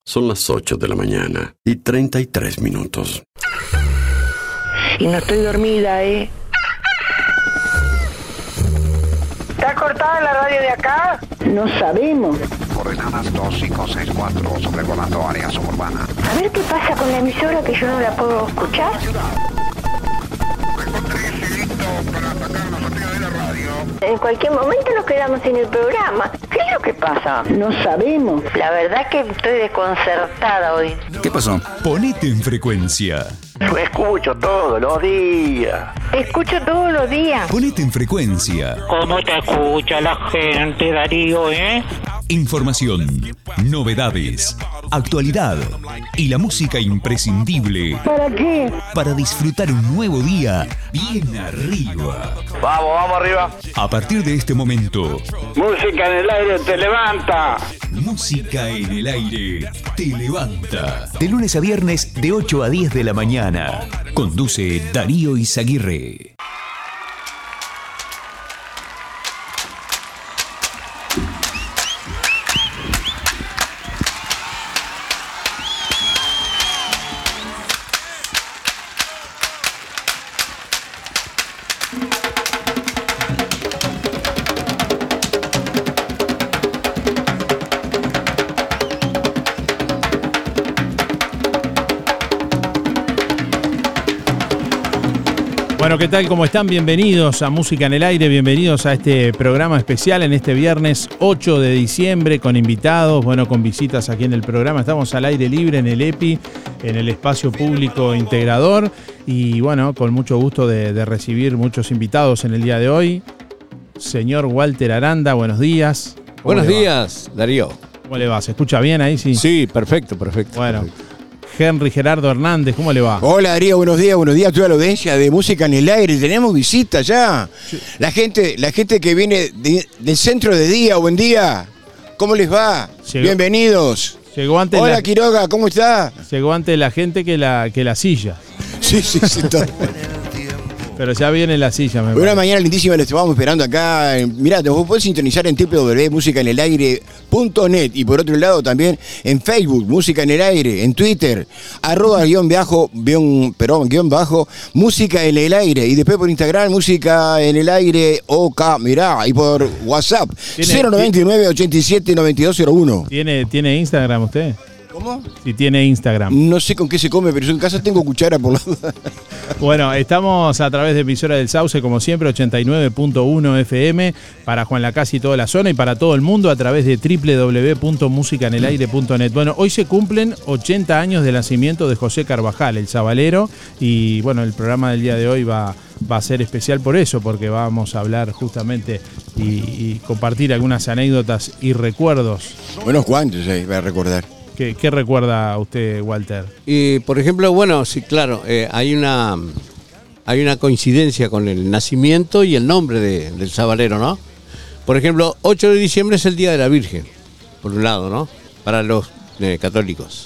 Son las 8 de la mañana y 33 minutos. Y no estoy dormida, ¿eh? ¿Está cortada la radio de acá? No sabemos. Coordenadas 2564, sobrevolando área suburbana. A ver qué pasa con la emisora que yo no la puedo escuchar. En cualquier momento nos quedamos sin el programa. ¿Qué es lo que pasa? No sabemos. La verdad que estoy desconcertada hoy. ¿Qué pasó? Ponete en frecuencia. Escucho todos los días. Escucho todos los días. Ponete en frecuencia. ¿Cómo te escucha la gente, Darío, Información, novedades, actualidad y la música imprescindible. ¿Para qué? Para disfrutar un nuevo día bien arriba. Vamos arriba. A partir de este momento, Música en el aire te levanta. Música en el aire te levanta. De lunes a viernes de 8 a 10 de la mañana. Conduce Darío Izaguirre. Bueno, ¿qué tal? ¿Cómo están? Bienvenidos a Música en el Aire, bienvenidos a este programa especial en este viernes 8 de diciembre con invitados, bueno, con visitas aquí en el programa. Estamos al aire libre en el EPI, en el espacio público integrador y bueno, con mucho gusto de recibir muchos invitados en el día de hoy. Señor Walter Aranda, buenos días. Buenos días, Darío. ¿Cómo le va? ¿Se escucha bien ahí? Sí, sí, perfecto. Bueno. Perfecto. Henry Gerardo Hernández, ¿cómo le va? Hola Darío, buenos días a toda la audiencia de Música en el Aire. Tenemos visita ya. Sí. La gente que viene del centro de día, buen día. ¿Cómo les va? Bienvenidos. Llegó antes. Hola Quiroga, ¿cómo está? Llegó antes la gente que la silla. Sí, todo. Pero ya viene la silla. Una mañana lindísima, les estábamos esperando acá. Mirá, vos podés sintonizar en www.musicaenelaire.net y por otro lado también en Facebook, Música en el Aire, en Twitter, @_Música en el Aire y después por Instagram, Música en el Aire OK, mirá, y por WhatsApp, 099-87-9201. ¿Tiene Instagram usted? ¿Cómo? Si tiene Instagram. No sé con qué se come, pero yo en casa tengo cuchara por la duda. Bueno, estamos a través de emisora del Sauce, como siempre, 89.1 FM, para Juan Lacase y toda la zona, y para todo el mundo a través de www.musicaenelaire.net. Bueno, hoy se cumplen 80 años del nacimiento de José Carvajal, el sabalero, y bueno, el programa del día de hoy va a ser especial por eso, porque vamos a hablar justamente y compartir algunas anécdotas y recuerdos. Buenos cuantos va a recordar. ¿Qué recuerda usted, Walter? Por ejemplo, bueno, sí, claro, hay una coincidencia con el nacimiento y el nombre del sabalero, ¿no? Por ejemplo, 8 de diciembre es el Día de la Virgen, por un lado, ¿no? Para los católicos.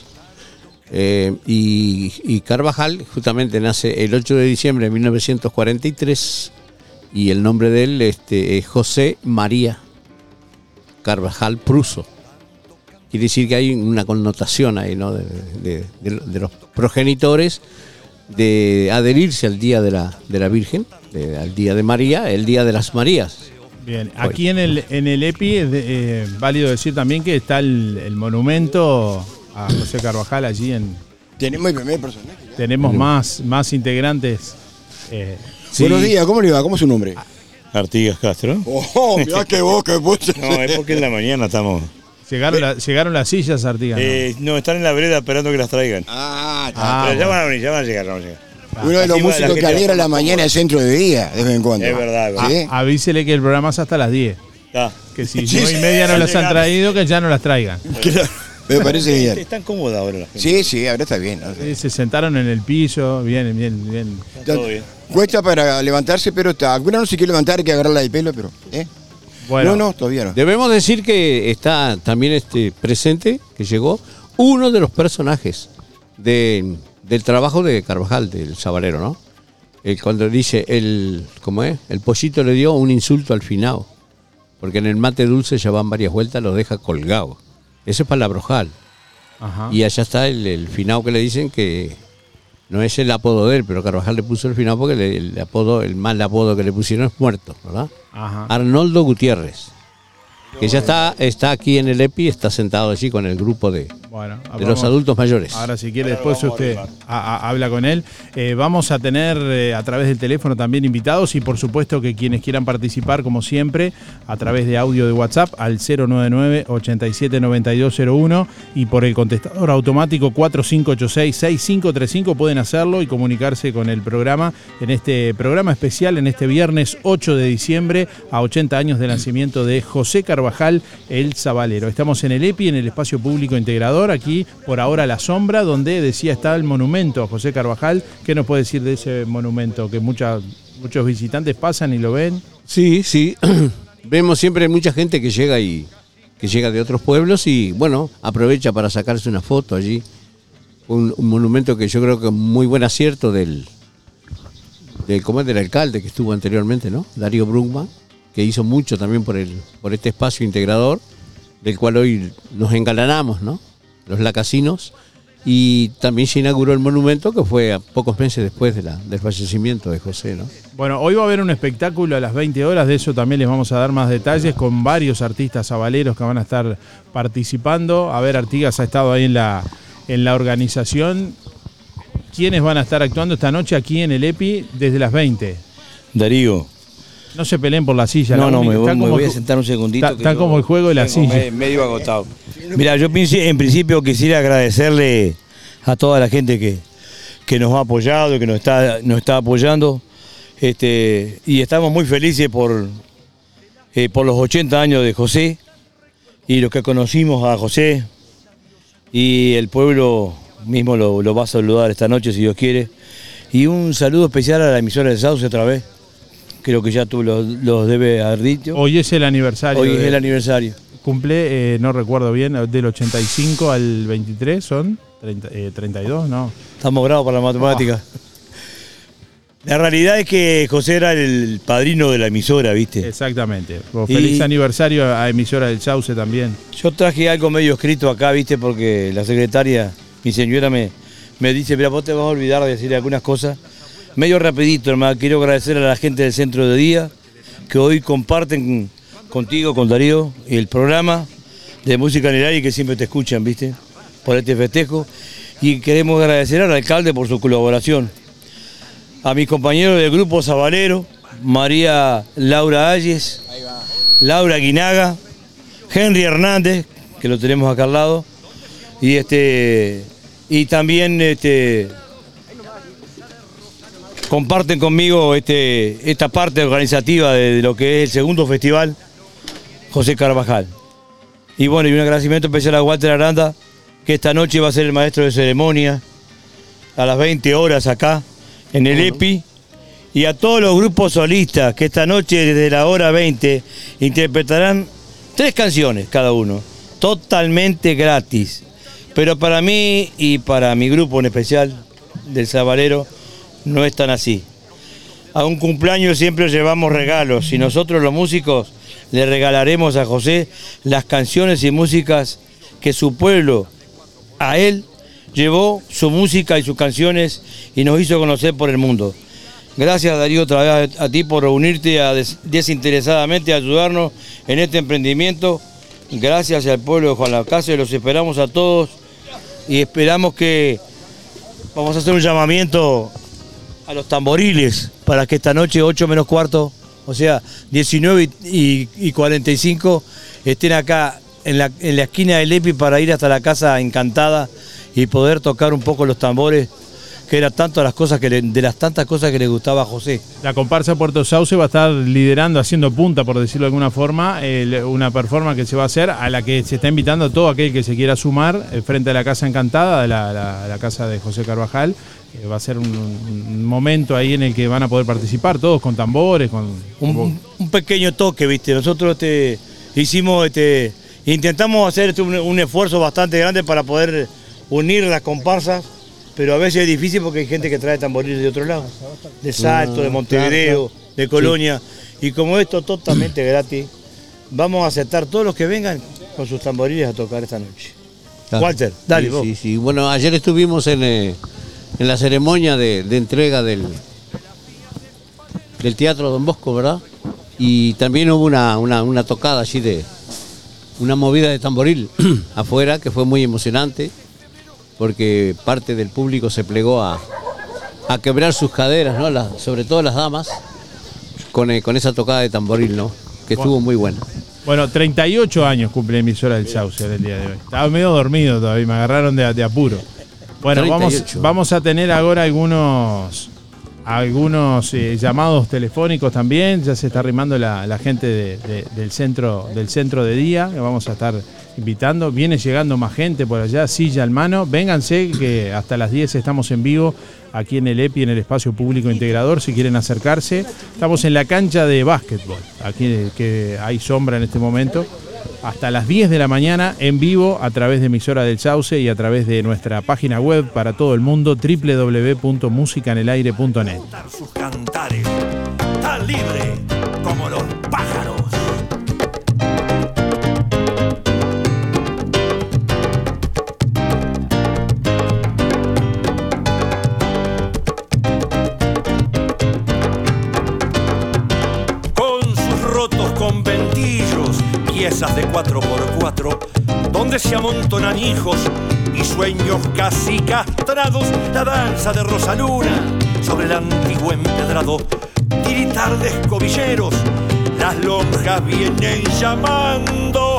Y Carvajal justamente nace el 8 de diciembre de 1943 y el nombre de él es José María Carvajal Pruso. Quiere decir que hay una connotación ahí, ¿no? De los progenitores de adherirse al Día de la Virgen, al Día de María, el Día de las Marías. Bien, aquí en el EPI es válido decir también que está el monumento a José Carvajal allí en... Tenemos el primer personaje. Tenemos más integrantes. Sí. Buenos días, ¿cómo le va? ¿Cómo es su nombre? Artigas Castro. Oh, mirá qué boca. No, es porque en la mañana estamos... ¿Llegaron las sillas, Artigas? No, están en la vereda esperando que las traigan. Pero ya van a venir, ya van a llegar. Uno de los músicos que alegra la mañana el centro de día, de vez en cuando. Es verdad. ¿Sí? Avísele que el programa es hasta las 10. Que si 9:30 no las han traído, que ya no las traigan. Claro. Me parece bien. Están cómodas ahora la gente. Sí, ahora está bien. Sí, se sentaron en el piso, bien. Está todo bien. Cuesta para levantarse, pero está. Alguna no se quiere levantar, hay que agarrarla del pelo, pero... Bueno, no, todavía no. Debemos decir que está también presente, que llegó, uno de los personajes del trabajo de Carvajal, del sabalero, ¿no? Cuando dice, ¿cómo es? El pollito le dio un insulto al finao, porque en el mate dulce ya van varias vueltas, lo deja colgado. Eso es palabrojal. Ajá. Y allá está el finado que le dicen que no es el apodo de él, pero Carvajal le puso el finado porque el mal apodo que le pusieron es muerto, ¿verdad? Ajá. Arnoldo Gutiérrez, que ya está aquí en el EPI, está sentado allí con el grupo de los adultos mayores. Ahora, si quiere, después usted habla con él. Vamos a tener a través del teléfono también invitados y, por supuesto, que quienes quieran participar, como siempre, a través de audio de WhatsApp al 099-879201 y por el contestador automático 4586-6535 pueden hacerlo y comunicarse con el programa en este programa especial, en este viernes 8 de diciembre, a 80 años del nacimiento de José Carvajal, el Sabalero. Estamos en el EPI, en el Espacio Público Integrador, aquí por ahora La Sombra, donde decía está el monumento a José Carvajal. ¿Qué nos puede decir de ese monumento que muchos visitantes pasan y lo ven? Sí. Vemos siempre mucha gente que llega de otros pueblos y bueno, aprovecha para sacarse una foto allí. Un monumento que yo creo que es muy buen acierto del alcalde que estuvo anteriormente, ¿no? Darío Brugman, que hizo mucho también por este espacio integrador, del cual hoy nos engalanamos, ¿no? Los lacasinos, y también se inauguró el monumento, que fue a pocos meses después del fallecimiento de José, ¿no? Bueno, hoy va a haber un espectáculo a las 20 horas, de eso también les vamos a dar más detalles, con varios artistas sabaleros que van a estar participando. A ver, Artigas ha estado ahí en la organización. ¿Quiénes van a estar actuando esta noche aquí en el EPI desde las 20? Darío. No se peleen por la silla. No, me voy a sentar un segundito. Está como el juego de la silla. Medio agotado. Mira, yo en principio quisiera agradecerle a toda la gente que nos ha apoyado, que nos está apoyando. Y estamos muy felices por los 80 años de José y los que conocimos a José. Y el pueblo mismo lo va a saludar esta noche, si Dios quiere. Y un saludo especial a la emisora de Sauce otra vez. Creo que ya tú los debes haber dicho. Hoy es el aniversario. Hoy es el aniversario. Cumple, no recuerdo bien, del 85 al 23 son 32, ¿no? Estamos bravos para la matemática. La realidad es que José era el padrino de la emisora, ¿viste? Exactamente. Feliz aniversario a emisora del Sauce también. Yo traje algo medio escrito acá, ¿viste? Porque la secretaria, mi señora, me dice, mira, vos te vas a olvidar de decir algunas cosas. Medio rapidito, hermano, quiero agradecer a la gente del Centro de Día que hoy comparten contigo, con Darío, el programa de Música en el Aire, que siempre te escuchan, ¿viste? Por este festejo. Y queremos agradecer al alcalde por su colaboración. A mis compañeros del grupo Sabalero, María Laura Ayes, Laura Guinaga, Henry Hernández, que lo tenemos acá al lado, y también comparten conmigo esta parte organizativa de lo que es el segundo festival José Carvajal. Y bueno, y un agradecimiento especial a Walter Aranda, que esta noche va a ser el maestro de ceremonia a las 20 horas acá en el EPI, y a todos los grupos solistas que esta noche desde la hora 20 interpretarán 3 canciones cada uno, totalmente gratis. Pero para mí y para mi grupo en especial del Sabalero, no es tan así. A un cumpleaños siempre llevamos regalos y nosotros los músicos le regalaremos a José las canciones y músicas que su pueblo a él llevó, su música y sus canciones, y nos hizo conocer por el mundo. Gracias, Darío, otra vez a ti por reunirte desinteresadamente a ayudarnos en este emprendimiento. Gracias al pueblo de Juan Lacase, los esperamos a todos y esperamos que vamos a hacer un llamamiento a los tamboriles para que esta noche 8 menos cuarto, o sea 19 y 45, estén acá en la esquina del EPI para ir hasta la Casa Encantada y poder tocar un poco los tambores, que eran tantas las cosas de las tantas cosas que le gustaba a José. La comparsa Puerto Sauce va a estar liderando, haciendo punta, por decirlo de alguna forma, una performance que se va a hacer, a la que se está invitando a todo aquel que se quiera sumar, frente a la Casa Encantada, la casa de José Carvajal. Va a ser un momento ahí en el que van a poder participar todos con tambores, con un pequeño toque, ¿viste? Nosotros hicimos, intentamos hacer un esfuerzo bastante grande para poder unir las comparsas, pero a veces es difícil porque hay gente que trae tamboriles de otro lado, de Salto, de Montevideo, de Colonia, sí. Y como esto es totalmente gratis, vamos a aceptar todos los que vengan con sus tamboriles a tocar esta noche. Claro. Walter, dale, sí, vos. Sí. Bueno, ayer estuvimos en la ceremonia de entrega del Teatro Don Bosco, ¿verdad? Y también hubo una tocada allí una movida de tamboril afuera, que fue muy emocionante, porque parte del público se plegó a quebrar sus caderas, ¿no? Sobre todo las damas, con esa tocada de tamboril, ¿no? Que estuvo muy buena. Bueno, 38 años cumple emisora del Sauce el día de hoy. Estaba medio dormido todavía, me agarraron de apuro. Bueno, vamos a tener ahora algunos llamados telefónicos también. Ya se está arrimando la gente del centro de día, que vamos a estar invitando. Viene llegando más gente por allá, silla en mano. Vénganse, que hasta las 10 estamos en vivo aquí en el EPI, en el Espacio Público Integrador, si quieren acercarse. Estamos en la cancha de básquetbol, aquí que hay sombra en este momento. Hasta las 10 de la mañana en vivo a través de Emisora del Sauce y a través de nuestra página web para todo el mundo, www.musicanelaire.net. Sus cantares, tan libre como los pájaros. Con sus rotos conventillos, piezas de 4x4, donde se amontonan hijos y sueños casi castrados, la danza de Rosaluna sobre el antiguo empedrado, tiritar de escobilleros, las lonjas vienen llamando.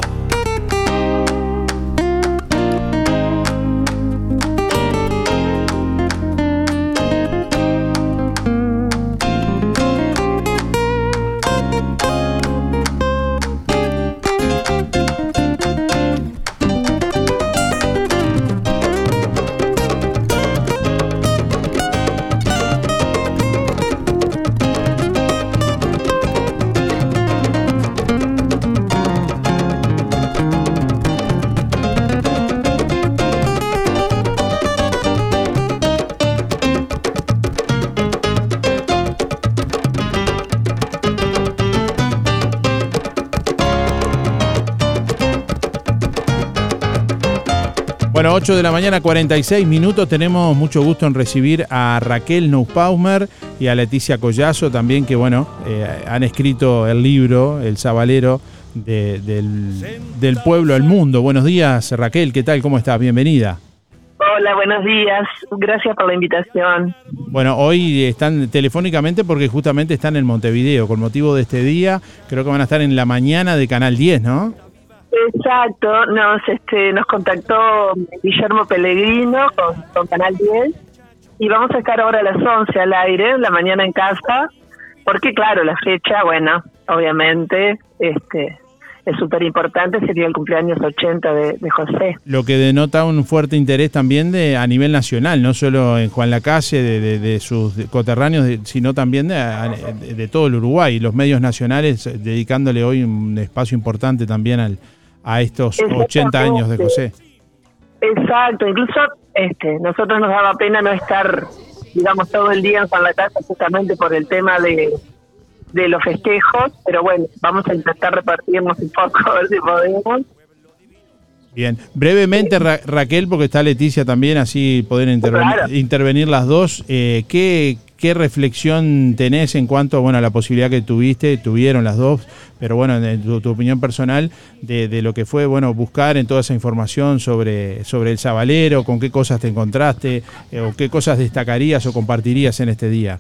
Bueno, 8 de la mañana, 46 minutos. Tenemos mucho gusto en recibir a Raquel Nussbaumer y a Leticia Collazo también, que bueno, han escrito el libro El Sabalero del pueblo al mundo. Buenos días, Raquel, ¿qué tal? ¿Cómo estás? Bienvenida. Hola, buenos días. Gracias por la invitación. Bueno, hoy están telefónicamente porque justamente están en Montevideo con motivo de este día. Creo que van a estar en la mañana de Canal 10, ¿no? Exacto, nos contactó Guillermo Pellegrino con Canal 10 y vamos a estar ahora a las 11 al aire, la mañana en casa, porque claro, la fecha, bueno, obviamente es súper importante, sería el cumpleaños 80 de José. Lo que denota un fuerte interés también a nivel nacional, no solo en Juan Lacase, de sus coterráneos, sino también de todo el Uruguay, los medios nacionales dedicándole hoy un espacio importante también a estos 80 años de José. Exacto, incluso nosotros nos daba pena no estar, digamos, todo el día en Juan Lacase justamente por el tema de los festejos, pero bueno, vamos a intentar repartirnos un poco a ver si podemos. Bien, brevemente Raquel, porque está Leticia también, así poder intervenir las dos. ¿Qué reflexión tenés en cuanto a la posibilidad que tuvieron las dos, pero bueno, en tu opinión personal de lo que fue buscar en toda esa información sobre el Sabalero, con qué cosas te encontraste o qué cosas destacarías o compartirías en este día?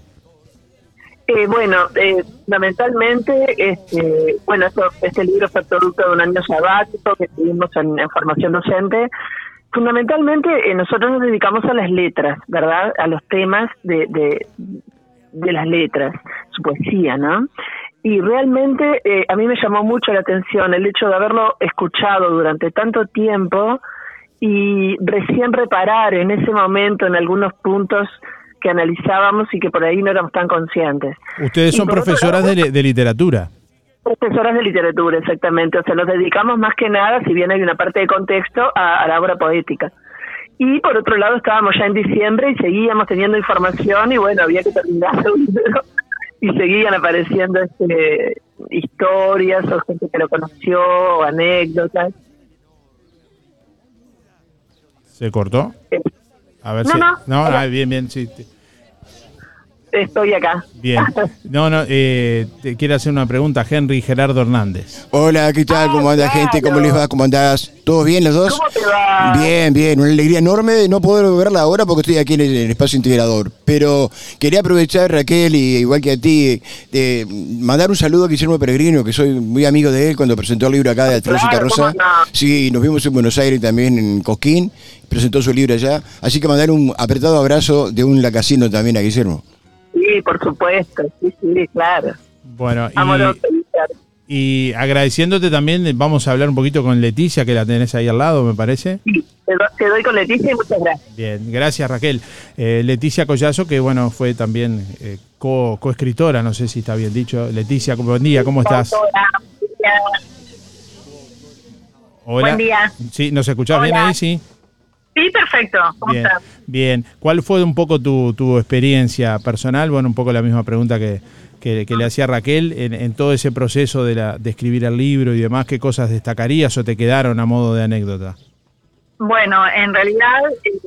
Fundamentalmente, este libro fue producto de un año sabático que tuvimos en formación docente. Fundamentalmente, nosotros nos dedicamos a las letras, ¿verdad? A los temas de las letras, su poesía, ¿no? Y realmente a mí me llamó mucho la atención el hecho de haberlo escuchado durante tanto tiempo y recién reparar en ese momento en algunos puntos que analizábamos y que por ahí no éramos tan conscientes. Ustedes son profesoras de literatura. Profesoras de literatura, exactamente. O sea, nos dedicamos más que nada, si bien hay una parte de contexto, a la obra poética. Y por otro lado estábamos ya en diciembre y seguíamos teniendo información y bueno, había que terminar el libro y seguían apareciendo historias o gente que lo conoció o anécdotas. ¿Se cortó? A ver No. Bien, sí. Estoy acá. Bien. Te quiero hacer una pregunta, Henry Gerardo Hernández. Hola, ¿qué tal? ¿Cómo anda, gente? ¿Cómo les va? ¿Cómo andás? ¿Todos bien los dos? ¿Cómo te va? Bien. Una alegría enorme de no poder verla ahora porque estoy aquí en el espacio integrador. Pero quería aprovechar, Raquel, y igual que a ti, de mandar un saludo a Guillermo Peregrino, que soy muy amigo de él cuando presentó el libro acá de Alfonso Rosa. Sí, nos vimos en Buenos Aires también, en Cosquín. Presentó su libro allá. Así que mandar un apretado abrazo de un lacasino también a Guillermo. Sí, por supuesto, sí, claro. Bueno, y agradeciéndote también, vamos a hablar un poquito con Leticia, que la tenés ahí al lado, me parece. Sí, te doy con Leticia y muchas gracias. Bien, gracias Raquel. Leticia Collazo, que bueno, fue también coescritora, no sé si está bien dicho. Leticia, buen día, ¿cómo estás? Hola. Buen día. Sí, ¿nos escuchás bien ahí? Sí. Sí, perfecto. ¿Cómo estás? Bien. ¿Cuál fue un poco tu experiencia personal? Bueno, un poco la misma pregunta que le hacía Raquel en todo ese proceso de escribir el libro y demás. ¿Qué cosas destacarías o te quedaron a modo de anécdota? Bueno, en realidad,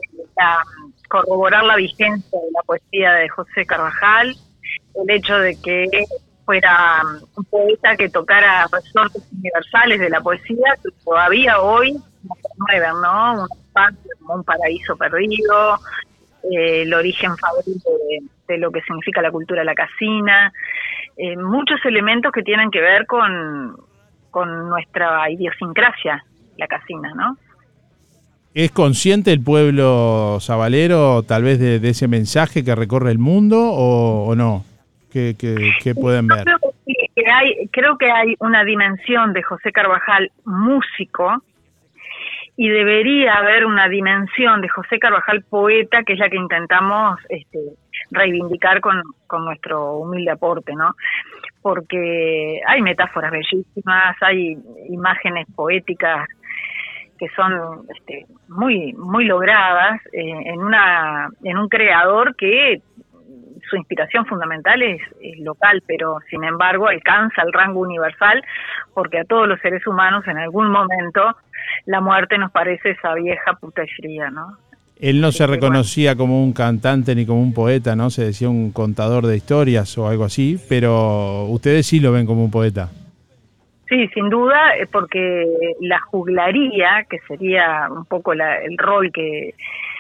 corroborar la vigencia de la poesía de José Carvajal, el hecho de que fuera un poeta que tocara resortes universales de la poesía que todavía hoy nos conmueven, ¿no? Un espacio como un paraíso perdido, el origen favorito de lo que significa la cultura lacasina, muchos elementos que tienen que ver con nuestra idiosincrasia lacasina, ¿no? ¿Es consciente el pueblo sabalero tal vez de ese mensaje que recorre el mundo o no? ¿Qué pueden ver? Creo que hay una dimensión de José Carvajal músico y debería haber una dimensión de José Carvajal poeta, que es la que intentamos reivindicar con nuestro humilde aporte, ¿no? Porque hay metáforas bellísimas, hay imágenes poéticas que son muy muy logradas en un creador que su inspiración fundamental es local, pero sin embargo alcanza el rango universal, porque a todos los seres humanos en algún momento la muerte nos parece esa vieja puta y fría, ¿no? Él no se reconocía como un cantante ni como un poeta, ¿no? Se decía un contador de historias o algo así, pero ustedes sí lo ven como un poeta. Sí, sin duda, porque la juglaría, que sería un poco el rol que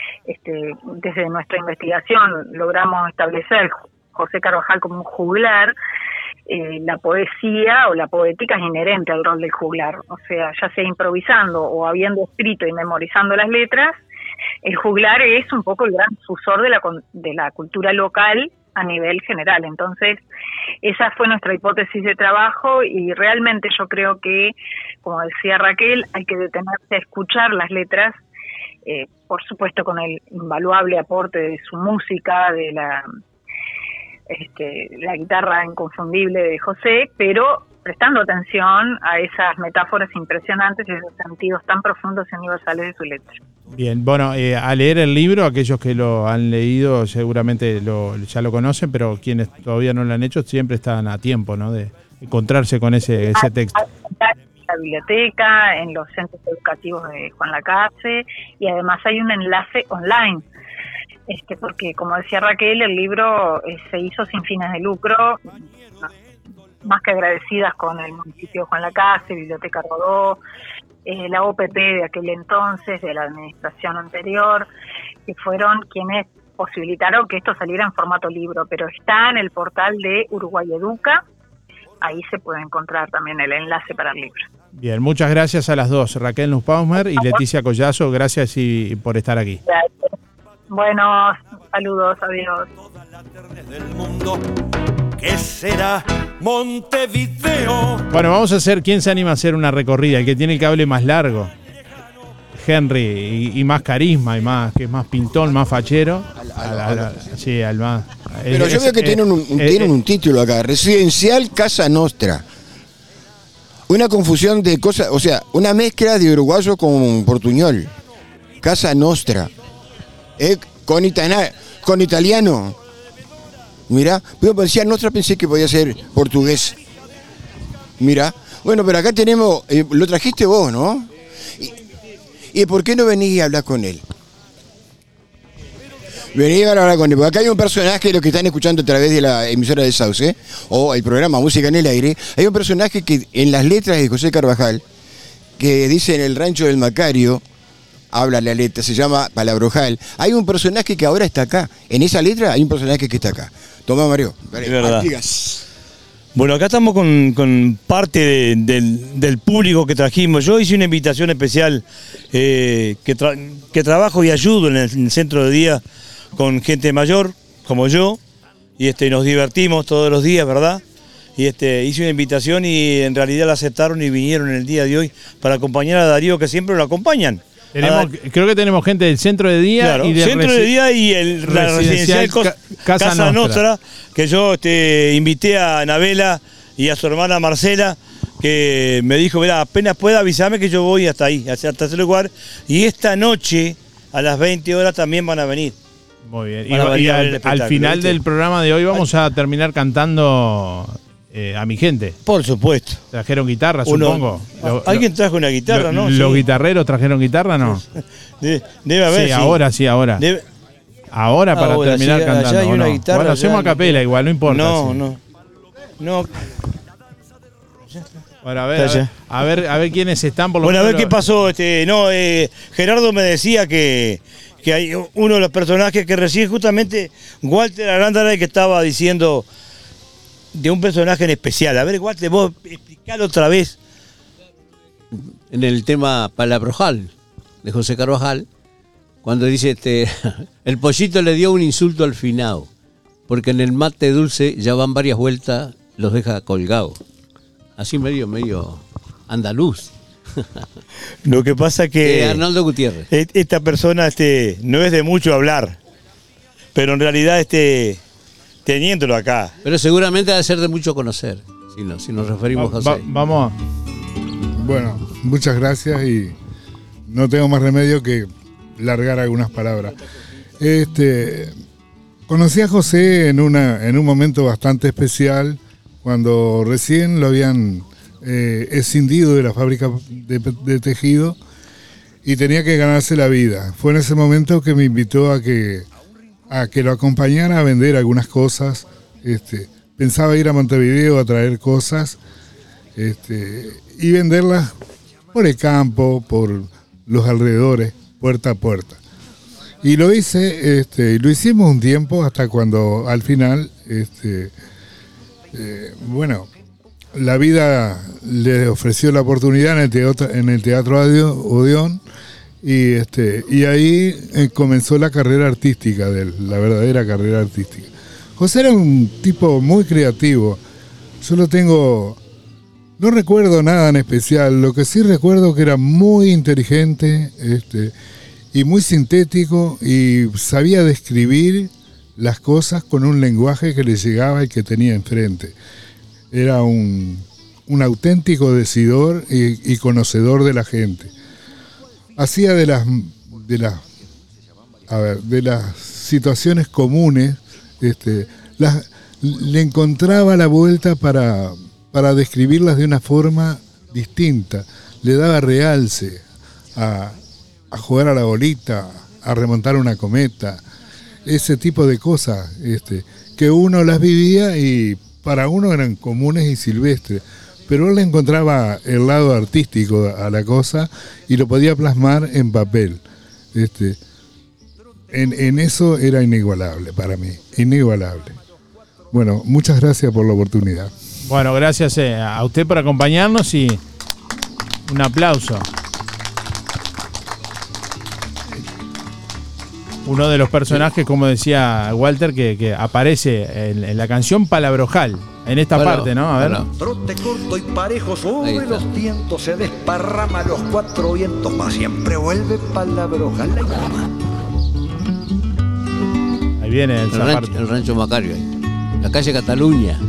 desde nuestra investigación logramos establecer José Carvajal como un juglar, la poesía o la poética es inherente al rol del juglar, o sea, ya sea improvisando o habiendo escrito y memorizando las letras, el juglar es un poco el gran difusor de la cultura local a nivel general. Entonces, esa fue nuestra hipótesis de trabajo y realmente yo creo que, como decía Raquel, hay que detenerse a escuchar las letras, por supuesto con el invaluable aporte de su música, de la guitarra inconfundible de José, pero prestando atención a esas metáforas impresionantes y esos sentidos tan profundos y universales de su letra. Bien, bueno, a leer el libro, aquellos que lo han leído seguramente ya lo conocen, pero quienes todavía no lo han hecho siempre están a tiempo, ¿no?, de encontrarse con ese texto. En la biblioteca, en los centros educativos de Juan Lacase, y además hay un enlace online, porque como decía Raquel, el libro se hizo sin fines de lucro, más que agradecidas con el municipio de Juan Lacase, Biblioteca Rodó, la OPP de aquel entonces, de la administración anterior, que fueron quienes posibilitaron que esto saliera en formato libro, pero está en el portal de Uruguay Educa, ahí se puede encontrar también el enlace para el libro. Bien, muchas gracias a las dos, Raquel Nussbaumer y Leticia Collazo, gracias por estar aquí. Gracias. Bueno, saludos, adiós. ¿Qué será Montevideo? Bueno, vamos a hacer, ¿quién se anima a hacer una recorrida? El que tiene el cable más largo, Henry, y más carisma, que es más pintón, más fachero. Sí, al más. Pero yo veo que tienen un título acá, Residencial Casa Nostra. Una confusión de cosas, o sea, una mezcla de uruguayo con portuñol. Casa Nostra. Con italiano. Mirá, pero decía Nostra, pensé que podía ser portugués. Mirá. Bueno, pero acá tenemos, lo trajiste vos, ¿no? ¿Y por qué no venís a hablar con él? Vení a hablar con él. Porque acá hay un personaje, los que están escuchando a través de la emisora de Sauce, o el programa Música en el Aire, hay un personaje que en las letras de José Carvajal, que dice en el rancho del Macario, habla la letra, se llama Palabrojal. Hay un personaje que ahora está acá. En esa letra hay un personaje que está acá. Toma, Mario. Es verdad. Bueno, acá estamos con parte del público que trajimos. Yo hice una invitación especial que trabajo y ayudo en el centro de día con gente mayor, como yo, y nos divertimos todos los días, ¿verdad? Y hice una invitación y en realidad la aceptaron y vinieron en el día de hoy para acompañar a Darío, que siempre lo acompañan. Creo que tenemos gente del centro de día, claro, y del centro de día y la residencial Casa Nostra, que yo invité a Anabela y a su hermana Marcela, que me dijo, mira, apenas pueda avisarme que yo voy hasta ahí, hasta ese lugar, y esta noche a las 20 horas también van a venir. Muy bien. Y al final del programa de hoy vamos a terminar cantando a mi gente. Por supuesto. Trajeron guitarra, supongo. ¿Alguien trajo una guitarra, no? ¿Los guitarreros trajeron guitarra, no? Debe haber, sí. Ahora para terminar cantando. Allá hay una guitarra, bueno, hacemos a capela igual, no importa. No. Bueno, a ver quiénes están por lo menos. Bueno, a ver qué pasó. Gerardo me decía que hay uno de los personajes que recién justamente Walter Aranda era el que estaba diciendo de un personaje en especial. A ver, Walter, vos explicalo otra vez. En el tema Palabrojal de José Carvajal, cuando dice el pollito le dio un insulto al finado, porque en el mate dulce ya van varias vueltas, los deja colgados. Así medio andaluz. Lo que pasa que Arnaldo Gutiérrez. Esta persona no es de mucho hablar, pero en realidad teniéndolo acá. Pero seguramente ha de ser de mucho conocer, si nos referimos a José. Vamos. Bueno, muchas gracias y no tengo más remedio que largar algunas palabras. Conocí a José en un momento bastante especial, cuando recién lo habían escindido de la fábrica de tejido y tenía que ganarse la vida. Fue en ese momento que me invitó a que lo acompañara a vender algunas cosas. Pensaba ir a Montevideo a traer cosas y venderlas por el campo, por los alrededores, puerta a puerta. Y lo hice, lo hicimos un tiempo hasta cuando al final, la vida le ofreció la oportunidad en el Teatro Odeón y ahí comenzó la carrera artística, la verdadera carrera artística. José era un tipo muy creativo. No recuerdo nada en especial, lo que sí recuerdo que era muy inteligente y muy sintético y sabía describir las cosas con un lenguaje que le llegaba y que tenía enfrente. Era un auténtico decidor y conocedor de la gente. Hacía de las situaciones comunes, le encontraba la vuelta para describirlas de una forma distinta. Le daba realce a jugar a la bolita, a remontar una cometa, ese tipo de cosas que uno las vivía y para uno eran comunes y silvestres, pero él le encontraba el lado artístico a la cosa y lo podía plasmar en papel. En eso era inigualable para mí, inigualable. Bueno, muchas gracias por la oportunidad. Bueno, gracias a usted por acompañarnos y un aplauso. Uno de los personajes, como decía Walter, que aparece en la canción Palabrojal, en esta parte, ¿no? A ver. Trote corto y parejo sobre los vientos se desparrama los cuatro vientos, mas siempre vuelve Palabrojal. Ahí viene esa parte. El rancho Macario, la calle Cataluña.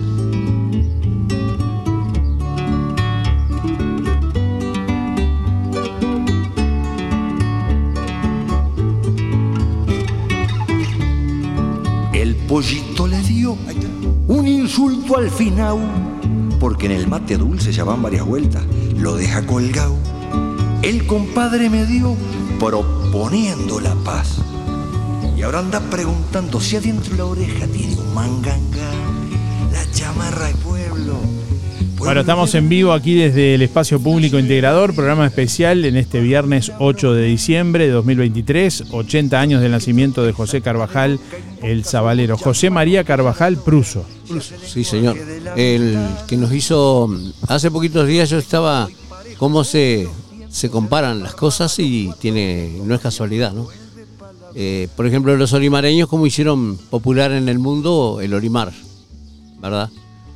Pollito le dio un insulto al finao, porque en el mate dulce ya van varias vueltas, lo deja colgado. El compadre me dio proponiendo la paz, Y ahora anda preguntando si adentro la oreja tiene un manganga. La chamarra de pueblo. Bueno, estamos en vivo aquí desde el Espacio Público Integrador, programa especial en este viernes 8 de diciembre de 2023, 80 años del nacimiento de José Carvajal, el sabalero. José María Carvajal Pruso. Sí, señor. El que nos hizo, hace poquitos días yo estaba, cómo se comparan las cosas y no es casualidad, ¿no? Por ejemplo, los olimareños, cómo hicieron popular en el mundo el Olimar, ¿verdad?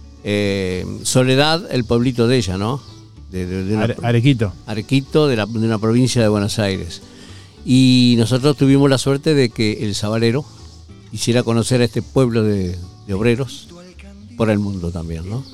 Soledad, el pueblito de ella, ¿no? Arequito. Arequito, de una provincia de Buenos Aires. Y nosotros tuvimos la suerte de que el sabalero hiciera conocer a este pueblo de obreros por el mundo también, ¿no?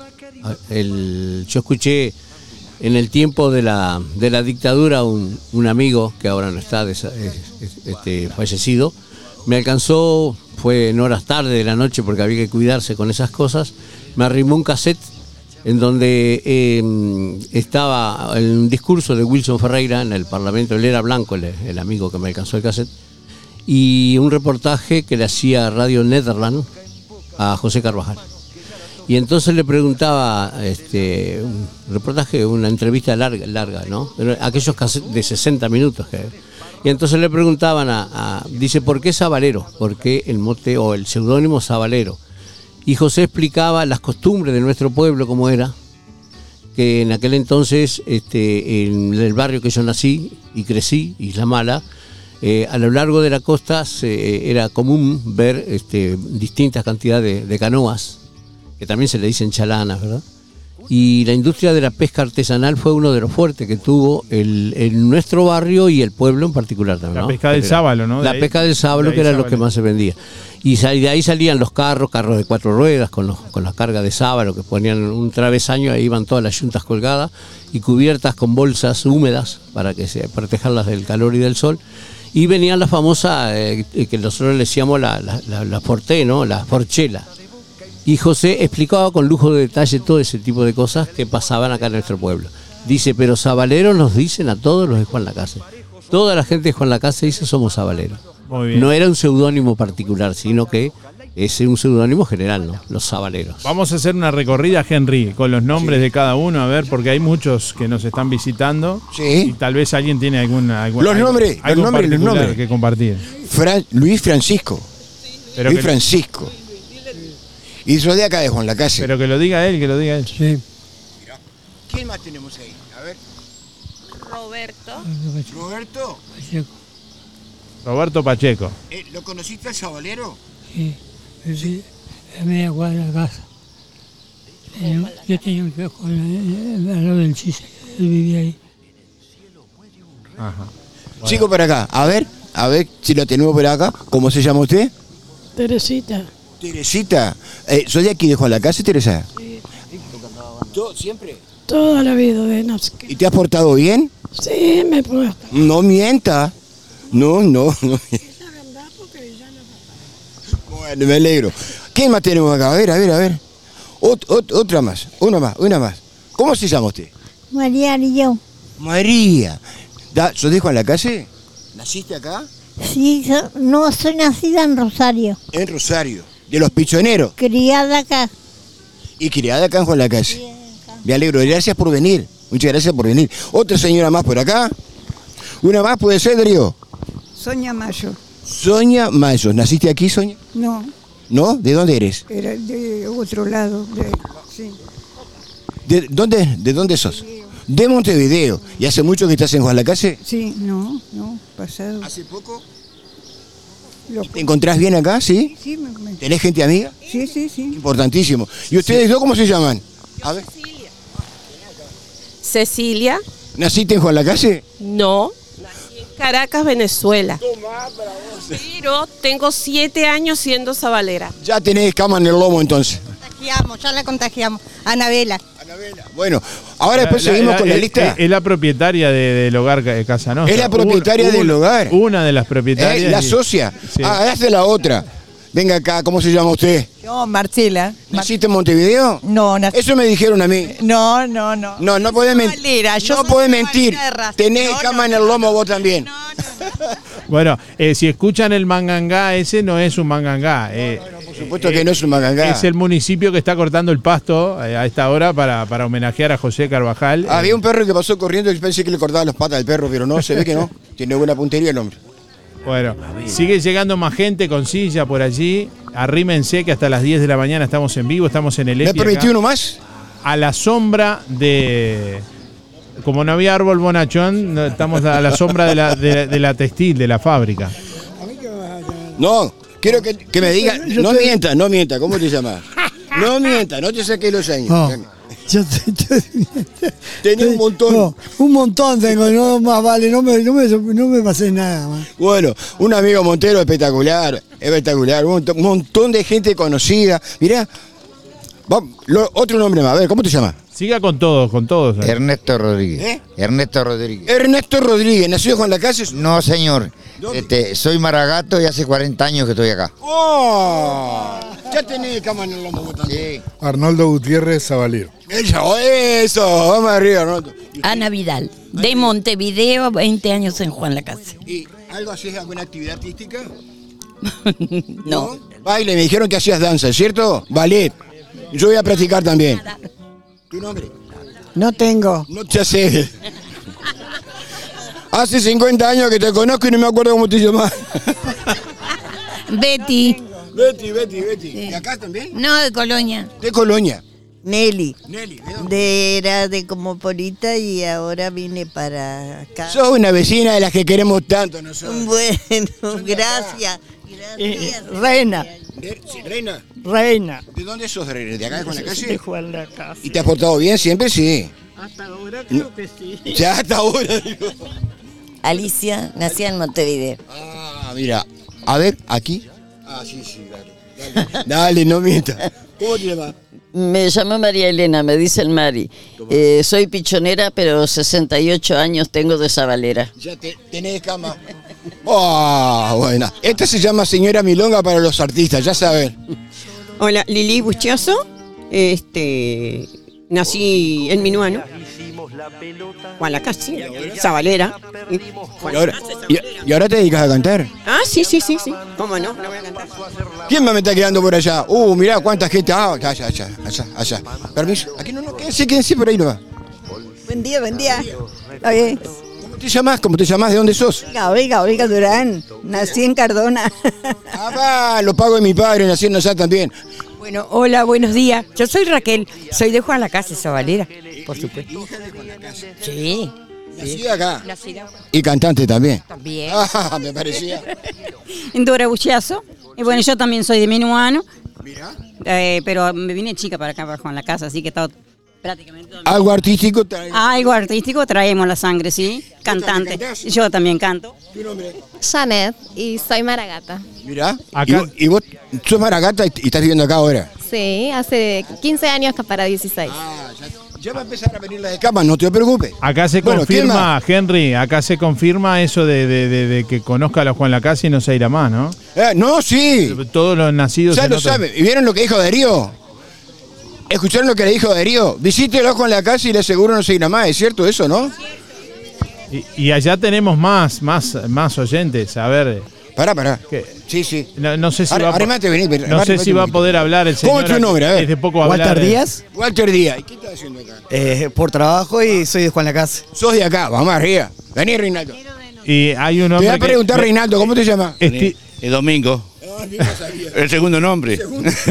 Yo escuché en el tiempo de la dictadura un amigo que ahora no está, fallecido, me alcanzó, fue en horas tarde de la noche porque había que cuidarse con esas cosas, me arrimó un cassette en donde estaba un discurso de Wilson Ferreira en el Parlamento, él era blanco, el amigo que me alcanzó el cassette, y un reportaje que le hacía Radio Nederland a José Carvajal. Y entonces le preguntaba, un reportaje, una entrevista larga, ¿no? Aquellos cassettes de 60 minutos. Y entonces le preguntaban dice, ¿por qué sabalero? ¿Por qué el mote o el seudónimo sabalero? Y José explicaba las costumbres de nuestro pueblo, cómo era, que en aquel entonces, en el barrio que yo nací y crecí, Isla Mala, a lo largo de la costa era común ver distintas cantidades de canoas, que también se le dicen chalanas, ¿verdad? Y la industria de la pesca artesanal fue uno de los fuertes que tuvo nuestro barrio y el pueblo en particular también, ¿no? La pesca del sábalo, ¿no? La pesca del sábalo, que era lo que más se vendía. Y de ahí salían los carros de 4 ruedas con la carga de sábalo, que ponían un travesaño, ahí iban todas las yuntas colgadas y cubiertas con bolsas húmedas para protegerlas del calor y del sol. Y venían las famosas, que nosotros le decíamos la forté, ¿no? La forchela. Y José explicaba con lujo de detalle todo ese tipo de cosas que pasaban acá en nuestro pueblo. Dice, pero sabaleros nos dicen a todos los de Juan Lacase. Toda la gente de Juan Lacase dice somos sabaleros. Muy bien. No era un seudónimo particular, sino que es un seudónimo general, ¿no? Los sabaleros. Vamos a hacer una recorrida, Henry, con los nombres de cada uno, a ver, porque hay muchos que nos están visitando. Sí. Y tal vez alguien tiene los nombres que compartir. Luis Francisco. Pero Luis Francisco. Y soy de acá de Juan Lacase. Pero que lo diga él, Sí. ¿Quién más tenemos ahí? A ver. Roberto Pacheco. ¿Lo conociste al sabalero? Sí, a media cuadra de casa. Yo tenía un kiosco al lado del Chise, él vivía ahí. Ajá. Bueno. Chico, para acá, a ver si lo tenemos por acá. ¿Cómo se llama usted? Teresita. Teresita. ¿Soy de aquí de Juan Lacase, Teresa? Sí. ¿Siempre? Toda la vida, de no sé qué. ¿Y te has portado bien? Sí, me he puesto. No mienta. No. Bueno, me alegro. ¿Quién más tenemos acá? A ver. Otra más, una más. ¿Cómo se llama usted? María Arillón. María. ¿Sos de Juan Lacase? ¿Naciste acá? Sí, no soy nacida en Rosario. En Rosario. ¿De los pichoneros? Criada acá. Y criada acá en Juan Lacase. Sí, me alegro, gracias por venir. Muchas gracias por venir. Otra señora más por acá. Una más puede ser, Darío. Sonia Mayo. Sonia Mayo. ¿Naciste aquí, Sonia? No. ¿No? ¿De dónde eres? Era de otro lado. Sí. ¿De dónde sos? De Montevideo. ¿Y hace mucho que estás en Juan Lacase? Sí, no, pasado. ¿Hace poco? ¿Te encontrás bien acá, sí? Sí, ¿Tenés gente amiga? Sí. Importantísimo. ¿Y ustedes dos cómo se llaman? A ver. Cecilia. ¿Naciste en Juan Lacase? No, nací en Caracas, Venezuela. Pero tengo 7 años siendo sabalera. Ya tenés cama en el lomo entonces. Ya la contagiamos. Anabela. Bueno, ahora después seguimos con la lista. Es la propietaria del hogar Casa Nostra. Es la propietaria del hogar. Una de las propietarias. La socia. Sí. Esta es la otra. Venga acá, ¿cómo se llama usted? Yo, Marcela. ¿Naciste en Montevideo? No, eso me dijeron a mí. No. No podés mentir. No podés mentir. Tenés cama en el lomo vos también. Bueno, si escuchan el mangangá, ese no es un mangangá. Por supuesto que no es un mangangá. Es el municipio que está cortando el pasto a esta hora para homenajear a José Carvajal. Había un perro que pasó corriendo y pensé que le cortaba las patas al perro, pero no, se ve que no. Tiene buena puntería el hombre. Bueno, sigue llegando más gente con silla por allí. Arrímense que hasta las 10 de la mañana estamos en vivo, estamos en el EPI. ¿Me permitió uno más? A la sombra de... Como no había árbol bonachón, estamos a la sombra de la textil, de la fábrica. No, quiero que me diga, no mienta, ¿cómo te llamas? No mienta, no te saques los años. No, Tenés un montón. No, un montón tengo, no más vale, no me pasé nada más. Bueno, un amigo Montero espectacular, un montón de gente conocida. Mirá, otro nombre más, a ver, ¿cómo te llamas? Siga con todos. Ernesto Rodríguez. Ernesto Rodríguez, ¿nacido Juan Lacases? No, señor. Soy Maragato y hace 40 años que estoy acá. ¡Oh! Ya tenés cama en el lomo también. Sí. Arnoldo Gutiérrez Zabalero. Eso, vamos arriba, Arnoldo. Ana Vidal, de Montevideo, 20 años en Juan Lacase. ¿Y algo haces, alguna actividad artística? No. Baile, me dijeron que hacías danza, ¿cierto? Ballet. Yo voy a practicar también. ¿Tu nombre? No tengo. No te sé. Hace 50 años que te conozco y no me acuerdo cómo te llamas. Betty. Betty. ¿Y acá también? No, de Colonia. De Colonia. Nelly. Era de Comopolita y ahora vine para acá. Sos una vecina de las que queremos tanto nosotros. Bueno, gracias. Reina. Sí, Reina. Reina. ¿De dónde sos, Reina? ¿De acá de Juan Lacase? De Juan Lacase. ¿Y te has portado bien siempre? Sí. Hasta ahora creo que sí. Ya hasta ahora, digo. Alicia, nací en Montevideo. Ah, mira. A ver, aquí. Ah, sí, dale. Dale, no mientas. ¿Cómo te llamas? Me llamo María Elena, me dice el Mari. Soy pichonera, pero 68 años tengo de Zabalera. Ya tenés cama. Oh, bueno. Esta se llama Señora Milonga para los artistas, ya saben. Hola, Lili Buchioso. Nací en Minuano. Juan Lacase, Zabalera. ¿Y ahora te dedicas a cantar? Ah, sí. ¿Cómo no? No voy a cantar. ¿Quién me está quedando por allá? Mirá cuánta gente. Ah, allá. Permiso. Aquí no, quédense por ahí nomás. Buen día. Está bien. ¿Cómo te llamás? ¿De dónde sos? Olga Durán. Nací en Cardona. Lo pago de mi padre, nací en allá también. Bueno, hola, buenos días. Yo soy Raquel, soy de Juan Lacase, Zabalera, por supuesto. Hija de Juan Lacase. Sí. Nacida acá. Nacida. Y cantante también. También. Ah, me parecía. Dora Buchiazo. Y bueno, yo también soy de Minuano. Mirá. Pero me vine chica para acá, para Juan Lacase, así que he estado prácticamente... ¿Algo artístico? Algo artístico, traemos la sangre, sí. Cantante. Yo también canto. ¿Tu nombre? Janet, y soy Maragata. Mirá. ¿Y vos sos Maragata y estás viviendo acá ahora? Sí, hace 15 años para 16. Ya va a empezar a venir la de cama, no te preocupes. Acá se confirma, Henry, eso de que conozca a los Juan Lacase y no se irá más, ¿no? No, sí. Todos los nacidos... Ya lo saben. ¿Y vieron lo que dijo Darío? ¿Escucharon lo que le dijo Darío? Visítelo con la casa y le aseguro no se irá más, ¿es cierto eso, no? Y allá tenemos más oyentes, a ver... Pará. ¿Qué? Sí. No sé si si va a poder hablar el señor. ¿Cómo es tu nombre? A ver. Es de poco Walter Díaz. Walter Díaz. ¿Y qué estás haciendo acá? Por trabajo y soy de Juan Lacase. Sos de acá, vamos arriba. Vení, Reinaldo. Y hay un hombre. Te voy a preguntar, Reinaldo, ¿cómo te llamas? Es Domingo. El segundo nombre.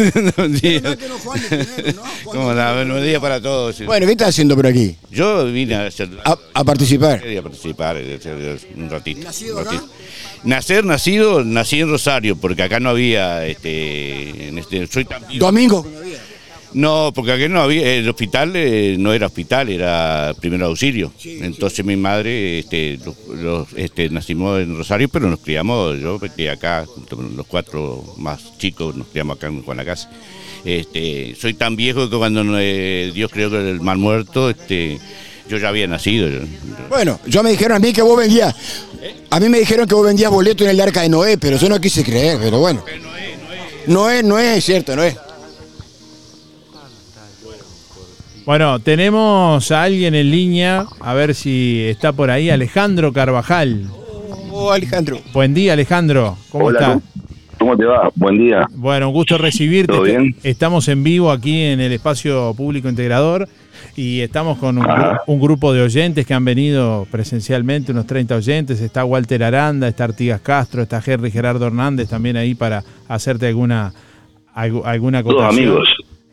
Buenos días para todos. Bueno, ¿qué estás haciendo por aquí? Yo vine a participar. Quería participar un ratito. ¿Nacido acá? Nací en Rosario, porque acá no había, soy tan viejo. ¿Domingo? No, porque acá no había, el hospital no era hospital, era primer auxilio. Entonces mi madre, nacimos en Rosario, pero nos criamos, yo me crié acá, junto con los 4 más chicos, nos criamos acá en Juan Lacase. Soy tan viejo que cuando Dios creó el mar muerto, yo ya había nacido. Bueno, me dijeron a mí que vos vendías, me dijeron que vos vendías boletos en el Arca de Noé, pero yo no quise creer, pero bueno. No es cierto, no es. Bueno, tenemos a alguien en línea, a ver si está por ahí, Alejandro Carvajal. Aló, Alejandro. Buen día, Alejandro. ¿Cómo Hola, estás? ¿Cómo te va? Buen día. Bueno, un gusto recibirte. ¿Todo bien? Estamos en vivo aquí en el Espacio Público Integrador y estamos con un grupo de oyentes que han venido presencialmente, unos 30 oyentes. Está Walter Aranda, está Artigas Castro, está Henry Gerardo Hernández también ahí para hacerte alguna acotación. Todos amigos.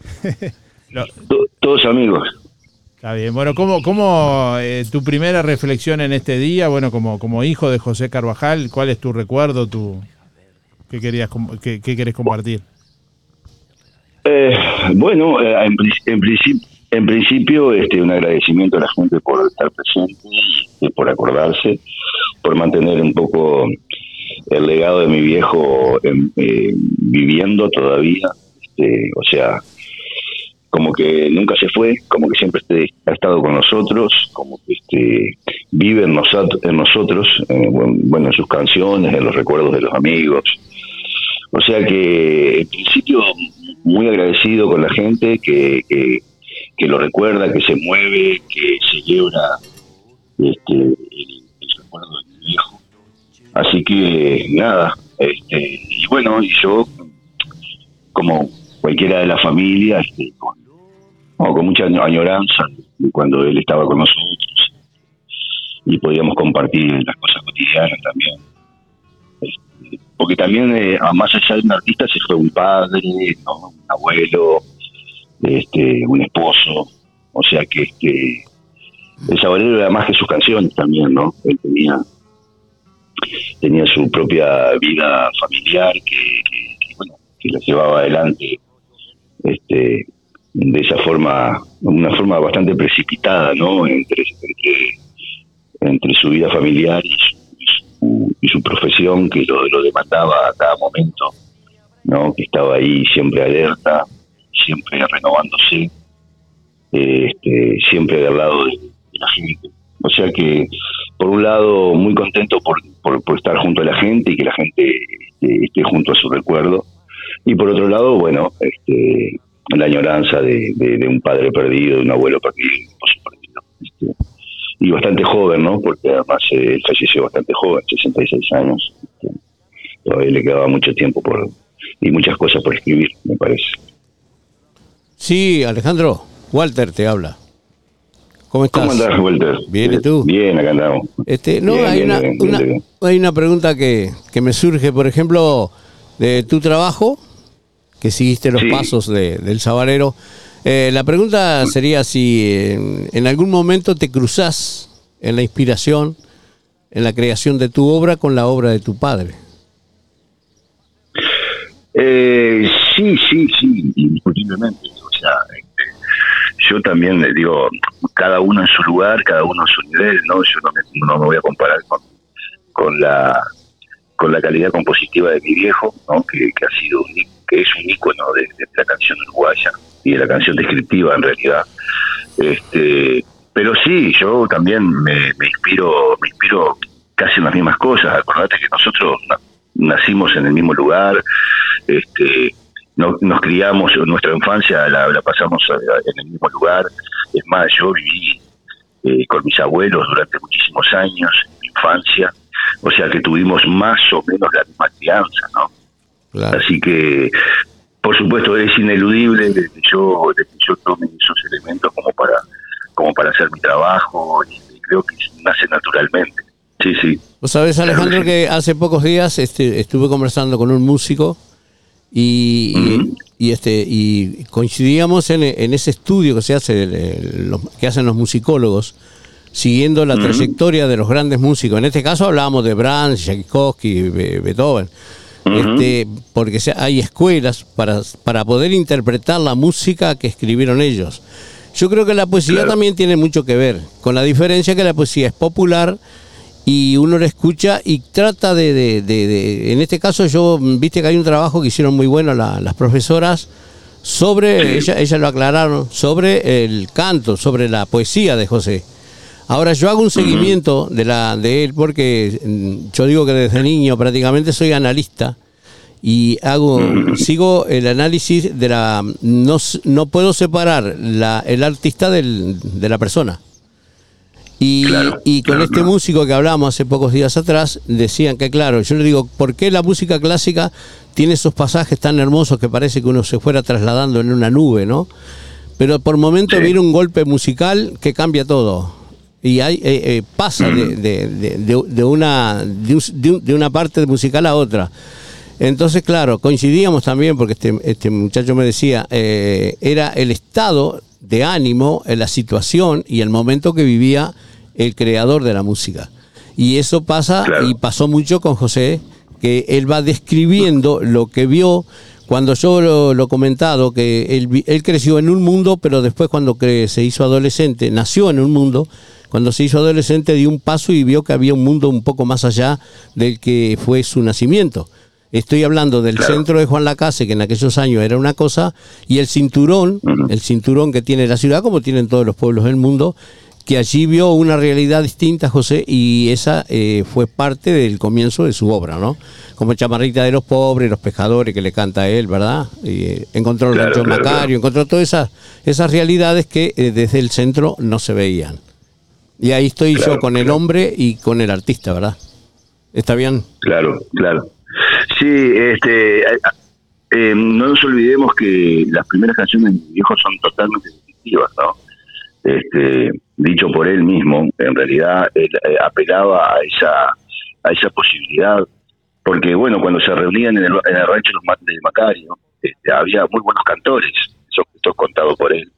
Todos amigos. Está bien. Bueno, ¿cómo tu primera reflexión en este día? Bueno, como hijo de José Carvajal, ¿cuál es tu recuerdo, qué querés compartir? Bueno, en principio, un agradecimiento a la gente por estar presente, por acordarse, por mantener un poco el legado de mi viejo viviendo todavía, o sea, como que nunca se fue, como que siempre ha estado con nosotros, como que vive en nosotros, bueno, en sus canciones, en los recuerdos de los amigos. O sea que, en principio, muy agradecido con la gente que lo recuerda, que se mueve, que se lleva el recuerdo de mi viejo. Así que, nada, y bueno, y yo, como cualquiera de la familia, con mucha añoranza de cuando él estaba con nosotros y podíamos compartir las cosas cotidianas también. Porque también, más allá de un artista, se fue un padre, ¿no? Un abuelo, un esposo. O sea que el Sabalero era más que sus canciones también, ¿no? Él tenía su propia vida familiar que la llevaba adelante de esa forma, una forma bastante precipitada, ¿no? Entre su vida familiar y su profesión, que lo demandaba a cada momento, ¿no? Que estaba ahí siempre alerta, siempre renovándose, siempre del lado de la gente. O sea que, por un lado, muy contento por estar junto a la gente y que la gente esté junto a su recuerdo. Y por otro lado, bueno, la añoranza de un padre perdido, de un abuelo perdido, un esposo perdido. Y bastante joven, ¿no? Porque además él falleció bastante joven, 66 años. Todavía le quedaba mucho tiempo y muchas cosas por escribir, me parece. Sí, Alejandro, Walter te habla. ¿Cómo estás? ¿Cómo andás, Walter? Bien, ¿y tú? Bien, acá andamos. Hay una pregunta que me surge, por ejemplo, de tu trabajo, que seguiste los pasos del Sabalero. La pregunta sería si en algún momento te cruzás en la inspiración, en la creación de tu obra con la obra de tu padre. Sí, indiscutiblemente. O sea, yo también le digo, cada uno en su lugar, cada uno en su nivel, ¿no? Yo no me voy a comparar con la calidad compositiva de mi viejo, ¿no? Que es un ícono de la canción uruguaya y de la canción descriptiva en realidad. Pero sí, yo también me inspiro casi en las mismas cosas. Acordate que nosotros nacimos en el mismo lugar, nos criamos, nuestra infancia la pasamos en el mismo lugar. Es más, yo viví con mis abuelos durante muchísimos años en mi infancia, o sea que tuvimos más o menos la misma crianza, ¿no? Claro. Así que, por supuesto, es ineludible de que yo tome esos elementos como para hacer mi trabajo, y creo que nace naturalmente. Sí. Vos sabés, Alejandro, que hace pocos días estuve conversando con un músico y coincidíamos en ese estudio que se hace, que hacen los musicólogos, siguiendo la trayectoria de los grandes músicos. En este caso hablábamos de Brahms, Tchaikovsky, Beethoven. Porque hay escuelas para poder interpretar la música que escribieron ellos. Yo creo que la poesía también tiene mucho que ver, con la diferencia que la poesía es popular y uno la escucha y trata en este caso viste que hay un trabajo que hicieron muy bueno las profesoras sobre, ellas lo aclararon, sobre el canto, sobre la poesía de José. Ahora yo hago un seguimiento de él porque yo digo que desde niño prácticamente soy analista y sigo el análisis no puedo separar el artista de la persona. Y con este músico que hablábamos hace pocos días atrás, decían que, claro, yo le digo, ¿por qué la música clásica tiene esos pasajes tan hermosos que parece que uno se fuera trasladando en una nube, ¿no? Pero por momentos viene un golpe musical que cambia todo. Y pasa de una parte musical a otra. Entonces, claro, coincidíamos también, porque este muchacho me decía, era el estado de ánimo, la situación y el momento que vivía el creador de la música. Y eso pasa, y pasó mucho con José, que él va describiendo lo que vio. Cuando yo lo he comentado, que él creció en un mundo, pero después cuando se hizo adolescente, nació en un mundo, cuando se hizo adolescente dio un paso y vio que había un mundo un poco más allá del que fue su nacimiento. Estoy hablando del centro de Juan Lacase, que en aquellos años era una cosa, y el cinturón que tiene la ciudad, como tienen todos los pueblos del mundo, que allí vio una realidad distinta, José, y esa fue parte del comienzo de su obra, ¿no? Como Chamarrita de los Pobres, Los Pescadores, que le canta a él, ¿verdad? Encontró el rancho Macario, encontró todas esas realidades que desde el centro no se veían. Y ahí estoy yo con el hombre y con el artista, ¿verdad? ¿Está bien? Claro. Sí, no nos olvidemos que las primeras canciones de mi viejo son totalmente distintivas, ¿no? Dicho por él mismo, en realidad él apelaba a esa posibilidad, porque bueno, cuando se reunían en el rancho de Macario, había muy buenos cantores, eso es contado por él.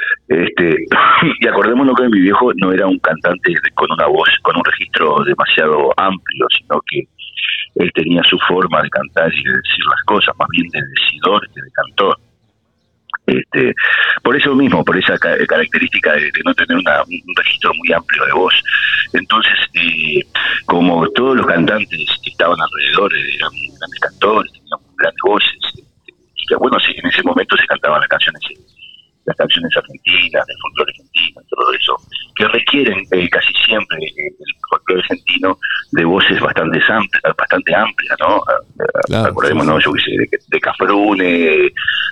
Y acordémonos que mi viejo no era un cantante con una voz, con un registro demasiado amplio, sino que él tenía su forma de cantar y de decir las cosas, más bien de decidor que de cantor. Por eso mismo, por esa característica de no tener un registro muy amplio de voz. Entonces, como todos los cantantes que estaban alrededor eran grandes cantores, tenían grandes voces, y que bueno, sí, en ese momento se cantaban las canciones argentinas, del folclore argentino, todo eso, que requieren casi siempre el folclore argentino de voces bastante amplias, ¿no? Acordémonos, yo qué sé, de Cafrune,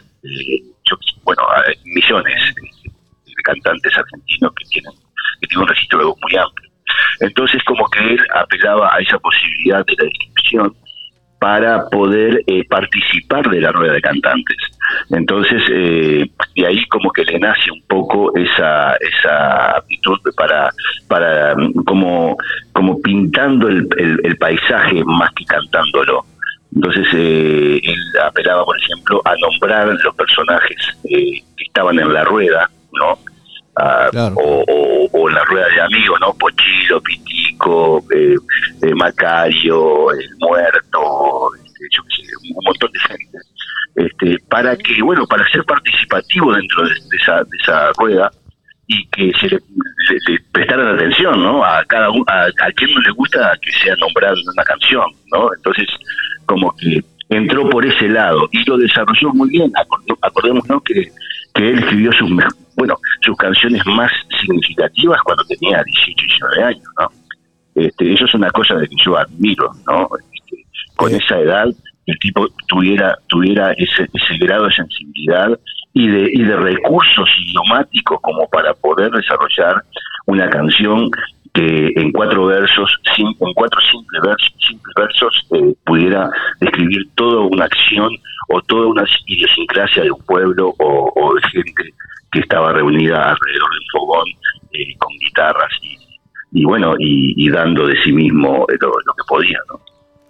hay millones de cantantes argentinos que tienen un registro de voz muy amplio. Entonces, como que él apelaba a esa posibilidad de la descripción para poder participar de la rueda de cantantes. Entonces, de ahí como que le nace un poco esa aptitud para como pintando el paisaje más que cantándolo. Entonces, él apelaba, por ejemplo, a nombrar los personajes que estaban en la rueda, ¿no? O en la rueda de amigos, ¿no? Pochilo, Pitico, Macario, el Muerto, yo qué sé, un montón de gente, para que, bueno, para ser participativo dentro de esa rueda y que se le prestaran atención, ¿no? A cada uno, a quien no le gusta que sea nombrado en una canción, ¿no? Entonces, como que entró por ese lado y lo desarrolló muy bien. Acordémonos que él escribió sus canciones más significativas cuando tenía 18 y 19 años, ¿no? Eso es una cosa de que yo admiro, ¿no? Con esa edad el tipo tuviera ese grado de sensibilidad y de recursos idiomáticos como para poder desarrollar una canción que en cuatro simples versos pudiera describir toda una acción o toda una idiosincrasia de un pueblo o de gente que estaba reunida alrededor de un fogón con guitarras y dando de sí mismo lo que podía, ¿no?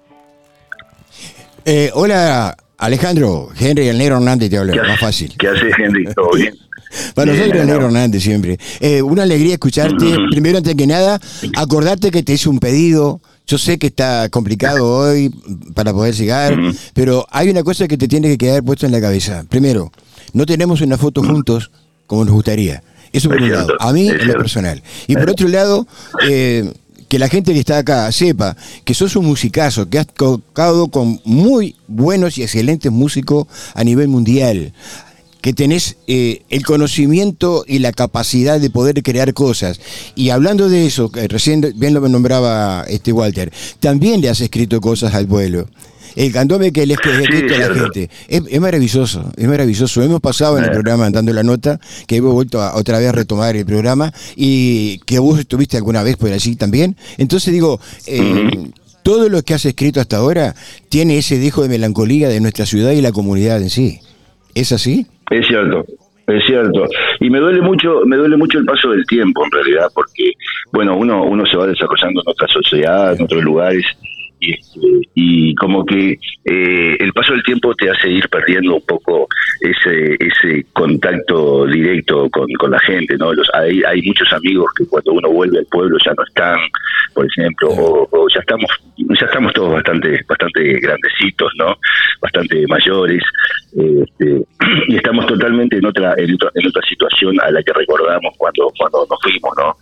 Hola, Alejandro. Henry, el Negro Hernández te habla, más fácil. ¿Qué haces, Henry? ¿Todo bien? Bueno, soy el Negro Hernández siempre. Una alegría escucharte. Primero, antes que nada, acordarte que te hice un pedido. Yo sé que está complicado hoy para poder llegar, pero hay una cosa que te tiene que quedar puesto en la cabeza. Primero, no tenemos una foto juntos como nos gustaría. Eso por un lado, a mí en lo personal. Y por otro lado, que la gente que está acá sepa que sos un musicazo, que has tocado con muy buenos y excelentes músicos a nivel mundial, que tenés el conocimiento y la capacidad de poder crear cosas. Y hablando de eso, recién bien lo nombraba Walter, también le has escrito cosas al pueblo. el candombe que le escrito a la gente. Es maravilloso, es maravilloso. Hemos pasado en el programa dando la nota, que hemos vuelto otra vez a retomar el programa, y que vos estuviste alguna vez por allí también. Entonces digo, todo lo que has escrito hasta ahora tiene ese dejo de melancolía de nuestra ciudad y la comunidad en sí. ¿Es así? Es cierto. Es cierto, y me duele mucho el paso del tiempo en realidad, porque bueno, uno se va desarrollando en otra sociedad, en otros lugares, y como que el paso del tiempo te hace ir perdiendo un poco ese contacto directo con la gente, ¿no? Hay muchos amigos que cuando uno vuelve al pueblo ya no están, por ejemplo, o ya estamos todos bastante grandecitos, ¿no? Bastante mayores, y estamos totalmente en otra situación a la que recordamos cuando nos fuimos, ¿no?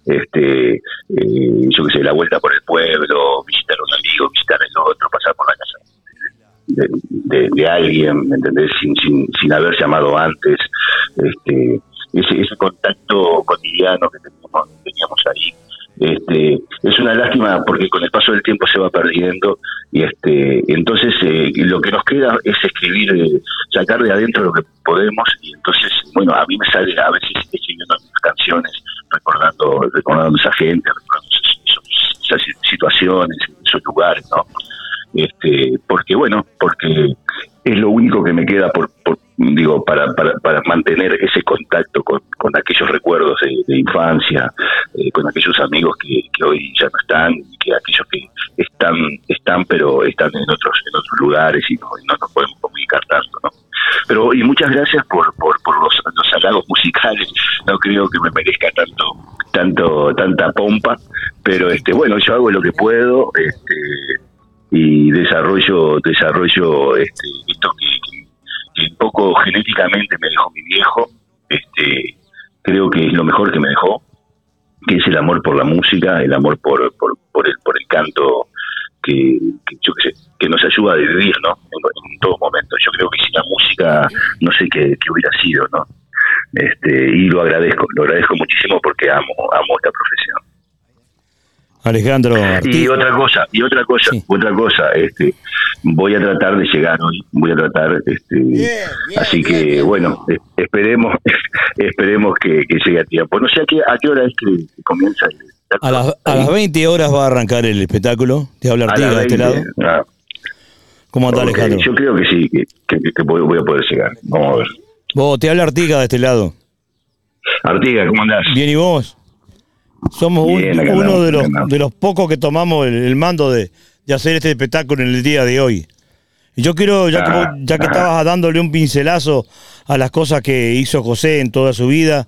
Yo qué sé, la vuelta por el pueblo, visitar a un amigo, visitar el otro, pasar por la casa de alguien, ¿me entendés? Sin haber llamado antes, ese contacto cotidiano que teníamos ahí. Es una lástima porque con el paso del tiempo se va perdiendo, y entonces lo que nos queda es escribir, sacar de adentro lo que podemos, y entonces, bueno, a mí me sale a veces escribiendo canciones recordando a esa gente, recordando esas situaciones, esos lugares, ¿no? Porque es lo único que me queda para mantener ese contacto con aquellos recuerdos de infancia, con aquellos amigos que hoy ya no están, y que aquellos que están pero están en otros lugares y no nos podemos comunicar tanto, ¿no? Pero y muchas gracias por los halagos musicales. No creo que me merezca tanta pompa, pero bueno, yo hago lo que puedo, y desarrollo esto que un poco genéticamente me dejó mi viejo. Creo que es lo mejor que me dejó, que es el amor por la música, el amor por el canto, que yo qué sé, que nos ayuda a vivir, ¿no? En todo momento. Yo creo que sin la música no sé qué hubiera sido, ¿no? Y lo agradezco muchísimo porque amo esta profesión. Alejandro. Y otra cosa, voy a tratar de llegar hoy, así que bueno, esperemos que llegue a tiempo. No sé a qué hora es que comienza el espectáculo. A las 20 horas va a arrancar el espectáculo. Te habla Artigas de este lado. ¿Cómo anda, Alejandro? Yo creo que sí, que voy a poder llegar. Vamos a ver. Vos, te habla Artigas de este lado. Artigas, ¿cómo andás? Bien, ¿y vos? Somos uno de los pocos que tomamos el mando de hacer este espectáculo en el día de hoy. Y yo quiero, ya que estabas dándole un pincelazo a las cosas que hizo José en toda su vida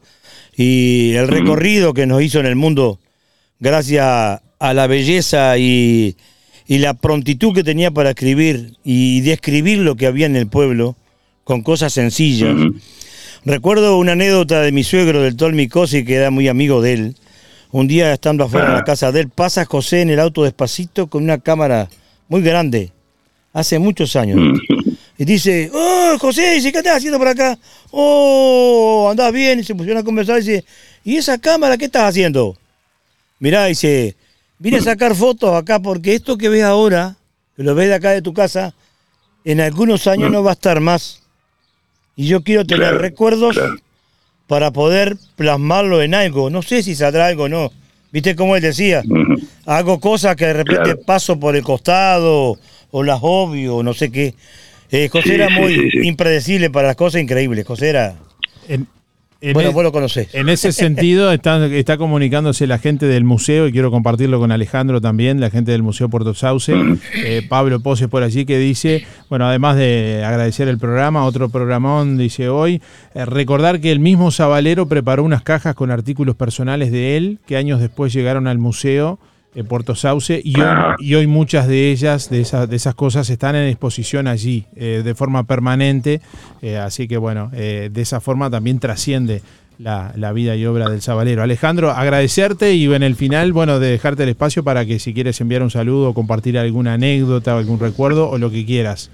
y el recorrido que nos hizo en el mundo gracias a la belleza y la prontitud que tenía para escribir y describir lo que había en el pueblo con cosas sencillas. Recuerdo una anécdota de mi suegro, del Tolmi Cosi, que era muy amigo de él. Un día, estando afuera de la casa de él, pasa José en el auto despacito con una cámara muy grande, hace muchos años. Y dice, ¡oh, José! Dice, ¿qué estás haciendo por acá? ¡Oh, andás bien! Y se pusieron a conversar y dice, ¿y esa cámara qué estás haciendo? Mirá, dice, vine a sacar fotos acá porque esto que ves ahora, que lo ves de acá de tu casa, en algunos años no va a estar más. Y yo quiero tener recuerdos para poder plasmarlo en algo. No sé si saldrá algo o no. ¿Viste cómo él decía? Hago cosas que de repente paso por el costado o las obvio, no sé qué. José era muy impredecible para las cosas increíbles. José era... vos lo conocés. En ese sentido está comunicándose la gente del museo, y quiero compartirlo con Alejandro también, la gente del Museo Puerto Sauce, Pablo Poses por allí, que dice, bueno, además de agradecer el programa, otro programón, dice hoy, recordar que el mismo Zabalero preparó unas cajas con artículos personales de él, que años después llegaron al museo Puerto Sauce, y hoy muchas de ellas, de esas cosas, están en exposición allí, de forma permanente, así que bueno, de esa forma también trasciende la vida y obra del Zabalero. Alejandro, agradecerte y en el final, bueno, de dejarte el espacio para que si quieres enviar un saludo o compartir alguna anécdota o algún recuerdo o lo que quieras.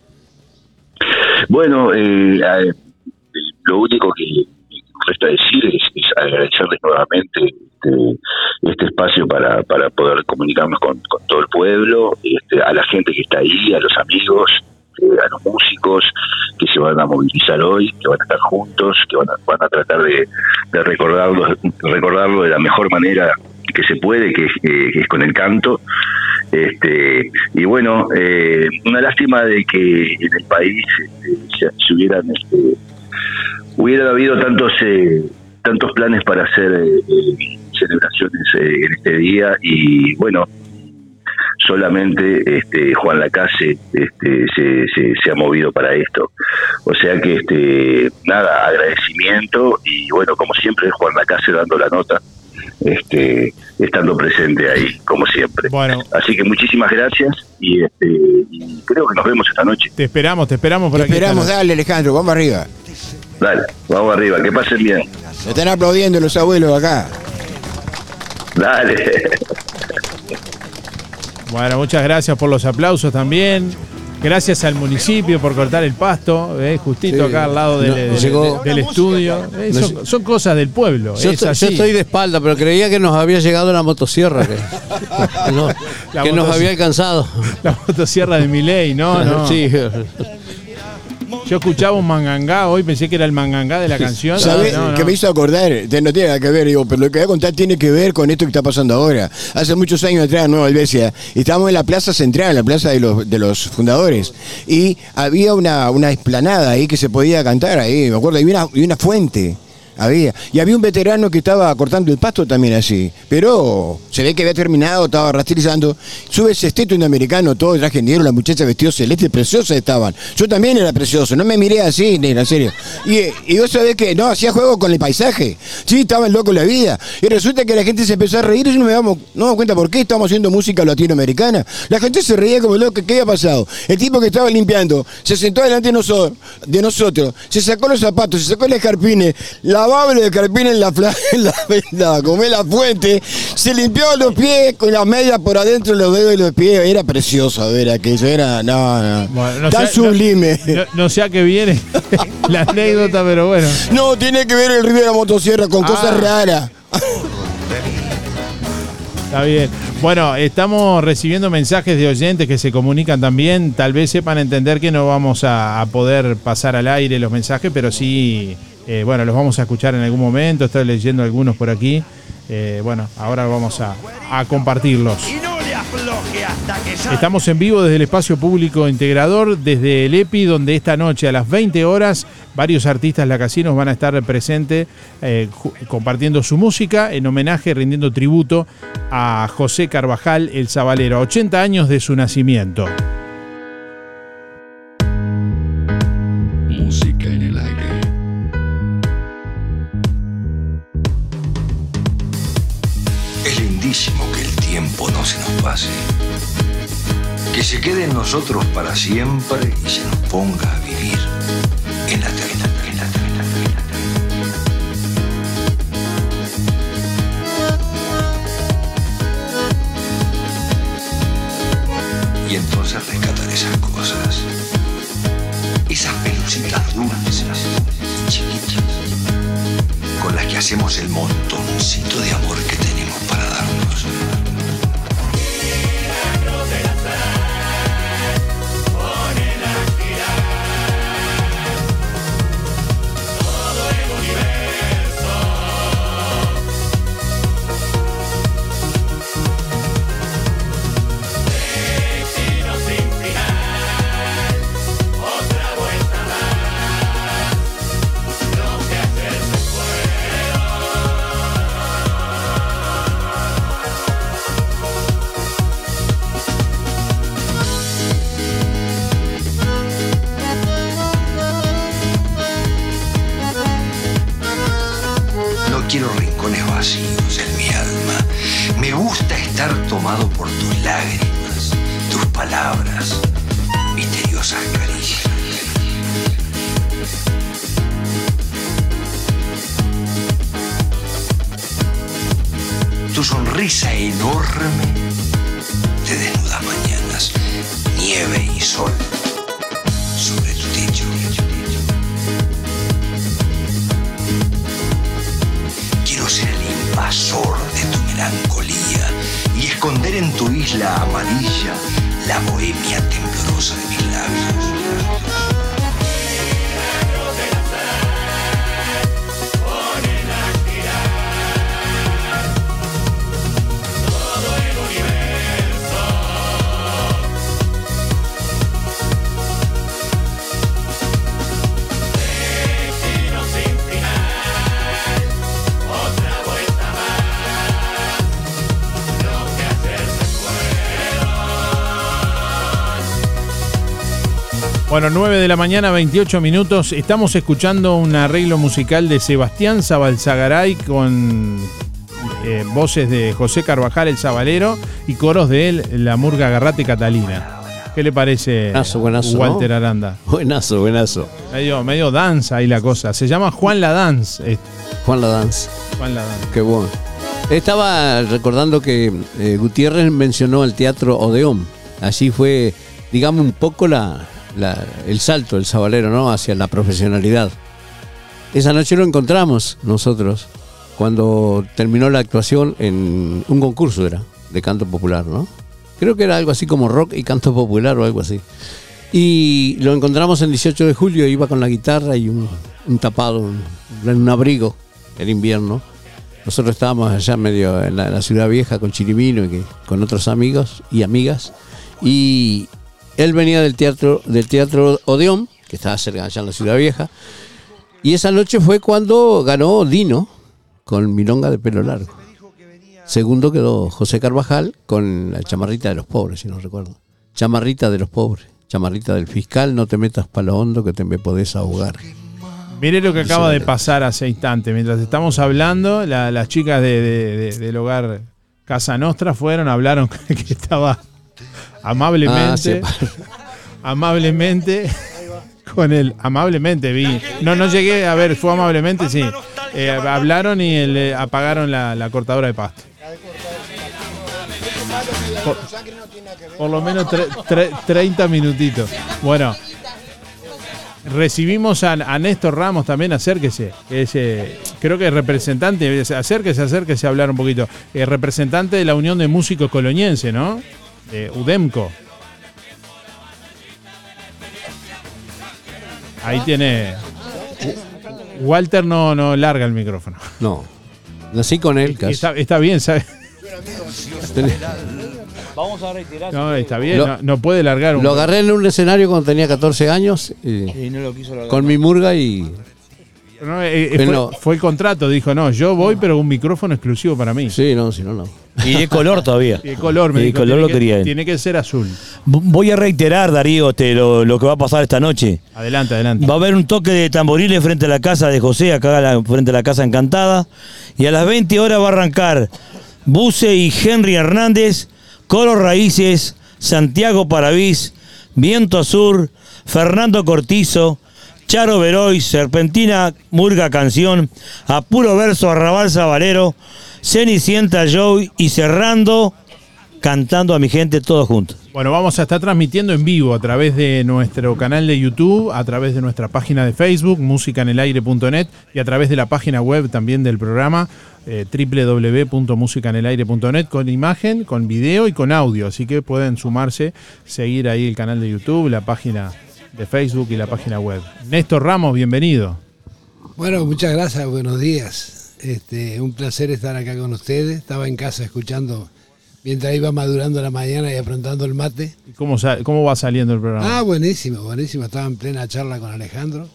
Bueno, lo único que resta decir es agradecerles nuevamente este espacio para poder comunicarnos con todo el pueblo, a la gente que está ahí, a los amigos, a los músicos que se van a movilizar hoy, que van a estar juntos, que van a tratar de recordarlo de la mejor manera que se puede, que es con el canto. Y bueno, una lástima de que en el país se hubieran habido tantos planes para hacer celebraciones en este día, y bueno, solamente Juan Lacase se ha movido para esto. O sea que nada, agradecimiento, y bueno, como siempre, Juan Lacase dando la nota, estando presente ahí, como siempre. Bueno. Así que muchísimas gracias, y creo que nos vemos esta noche. Te esperamos por aquí. Te esperamos, dale, Alejandro, vamos arriba. Dale, vamos arriba, que pasen bien. Se están aplaudiendo los abuelos acá. Dale. Bueno, muchas gracias por los aplausos también. Gracias al municipio por cortar el pasto, justito acá al lado del estudio. Son cosas del pueblo. Yo estoy de espalda, pero creía que nos había llegado la motosierra, que nos había alcanzado. La motosierra de Milei, ¿no? Sí. Yo escuchaba un mangangá hoy, pensé que era el mangangá de la canción. ¿Sabes qué me hizo acordar? No tiene nada que ver, digo, pero lo que voy a contar tiene que ver con esto que está pasando ahora. Hace muchos años atrás, en Nueva Helvecia, estábamos en la plaza central, en la plaza de los fundadores, y había una explanada ahí que se podía cantar ahí, me acuerdo, y una fuente. Y había un veterano que estaba cortando el pasto también así, pero se ve que había terminado, estaba rastrizando. Sube ese esteto indoamericano, todo de traje negro, las muchachas vestidos celeste, preciosas estaban. Yo también era precioso, no me miré así, en serio. Y vos sabés que no, hacía juego con el paisaje. Sí, estaba loco en la vida. Y resulta que la gente se empezó a reír, y no me damos cuenta por qué estábamos haciendo música latinoamericana. La gente se reía como loco. ¿Qué había pasado? El tipo que estaba limpiando se sentó delante de nosotros, se sacó los zapatos, se sacó los escarpines, lavaba los escarpines en la fuente, se limpió los pies con las medias por adentro, los dedos de los pies. Era precioso ver aquello, no. Bueno, tan sublime. No sé a qué viene la anécdota, pero bueno. No, tiene que ver el río de la motosierra con cosas raras. Está bien. Bueno, estamos recibiendo mensajes de oyentes que se comunican también. Tal vez sepan entender que no vamos a poder pasar al aire los mensajes, pero sí, los vamos a escuchar en algún momento. Estoy leyendo algunos por aquí. Ahora vamos a compartirlos. Estamos en vivo desde el Espacio Público Integrador, desde el EPI, donde esta noche a las 20 horas varios artistas lacasinos van a estar presentes compartiendo su música en homenaje, rindiendo tributo a José Carvajal, el Zabalero, 80 años de su nacimiento. Música en el aire. Es lindísimo que el tiempo no se nos pase, que se quede en nosotros para siempre y se nos ponga a vivir en la eternidad. Y entonces rescatar esas cosas, esas pelucitas dulces, chiquitas, con las que hacemos el montoncito de amor que tenemos para darnos. Quiero rincones vacíos en mi alma. Me gusta estar tomado por tus lágrimas, tus palabras, misteriosas caricias. Tu sonrisa enorme te desnuda mañanas, nieve y sol sobre tu techo. Quiero ser el invasor de isla amarilla, la bohemia temblorosa de mis labios. Bueno, 9 de la mañana, 28 minutos. Estamos escuchando un arreglo musical de Sebastián Zabalzagaray con voces de José Carvajal, el Sabalero, y coros de él, la Murga Garrate Catalina. ¿Qué le parece, buenazo, Walter ¿no? Aranda? Buenazo. Medio danza ahí la cosa. Se llama Juan la Dance. Juan la Dance. Qué bueno. Estaba recordando que Gutiérrez mencionó el Teatro Odeón. Allí fue, digamos, un poco el salto del Sabalero, ¿no? Hacia la profesionalidad. Esa noche lo encontramos nosotros cuando terminó la actuación en un concurso de canto popular, ¿no? Creo que era algo así como rock y canto popular o algo así. Y lo encontramos el 18 de julio, iba con la guitarra y un tapado, un abrigo, el invierno. Nosotros estábamos allá medio en la Ciudad Vieja con Chirimino y con otros amigos y amigas. Y él venía del teatro Odeón, que estaba cerca allá en la Ciudad Vieja. Y esa noche fue cuando ganó Dino con Milonga de Pelo Largo. Segundo quedó José Carvajal con la Chamarrita de los Pobres, si no recuerdo. Chamarrita de los Pobres, chamarrita del fiscal, no te metas para lo hondo que te me podés ahogar. Mire lo que acaba de pasar hace instante. Mientras estamos hablando, las chicas del hogar Casa Nostra hablaron que estaba amablemente con él. Amablemente vi. No llegué a ver, fue amablemente, sí. Hablaron y le apagaron la cortadora de pasto. Por lo menos 30 minutitos. Bueno, recibimos a Néstor Ramos también, acérquese. Creo que es representante, acérquese a hablar un poquito. Representante de la Unión de Músicos Coloniense, ¿no? De UDEMCO. Ahí tiene. Walter no larga el micrófono. No. Nací con él, casi. Está bien, ¿sabes? Vamos a retirar. No, está bien, no puede largar Lo agarré en un escenario cuando tenía 14 años. Y no lo quiso largar. Con mi murga y. Fue el contrato, dijo, yo voy, pero un micrófono exclusivo para mí. Sí, no, si no. Y de color todavía. Y de color, lo quería él. Tiene que ser azul. Voy a reiterar, Darío, lo que va a pasar esta noche. Adelante. Va a haber un toque de tamboriles frente a la casa de José, acá frente a la Casa Encantada. Y a las 20 horas va a arrancar Buse y Henry Hernández, Coros Raíces, Santiago Paravís, Viento Azul, Fernando Cortizo, Charo Veroy, Serpentina Murga Canción, A Puro Verso Arrabal Sabalero, Cenicienta Joy y cerrando Cantando a mi gente todos juntos. Bueno, vamos a estar transmitiendo en vivo a través de nuestro canal de YouTube, a través de nuestra página de Facebook, musicanelaire.net, y a través de la página web también del programa, www.musicanelaire.net, con imagen, con video y con audio. Así que pueden sumarse, seguir ahí el canal de YouTube, la página de Facebook y la página web. Néstor Ramos, bienvenido. Bueno, muchas gracias, buenos días. Un placer estar acá con ustedes. Estaba en casa escuchando mientras iba madurando la mañana y aprontando el mate. ¿Cómo va saliendo el programa? Buenísimo. Estaba en plena charla con Alejandro,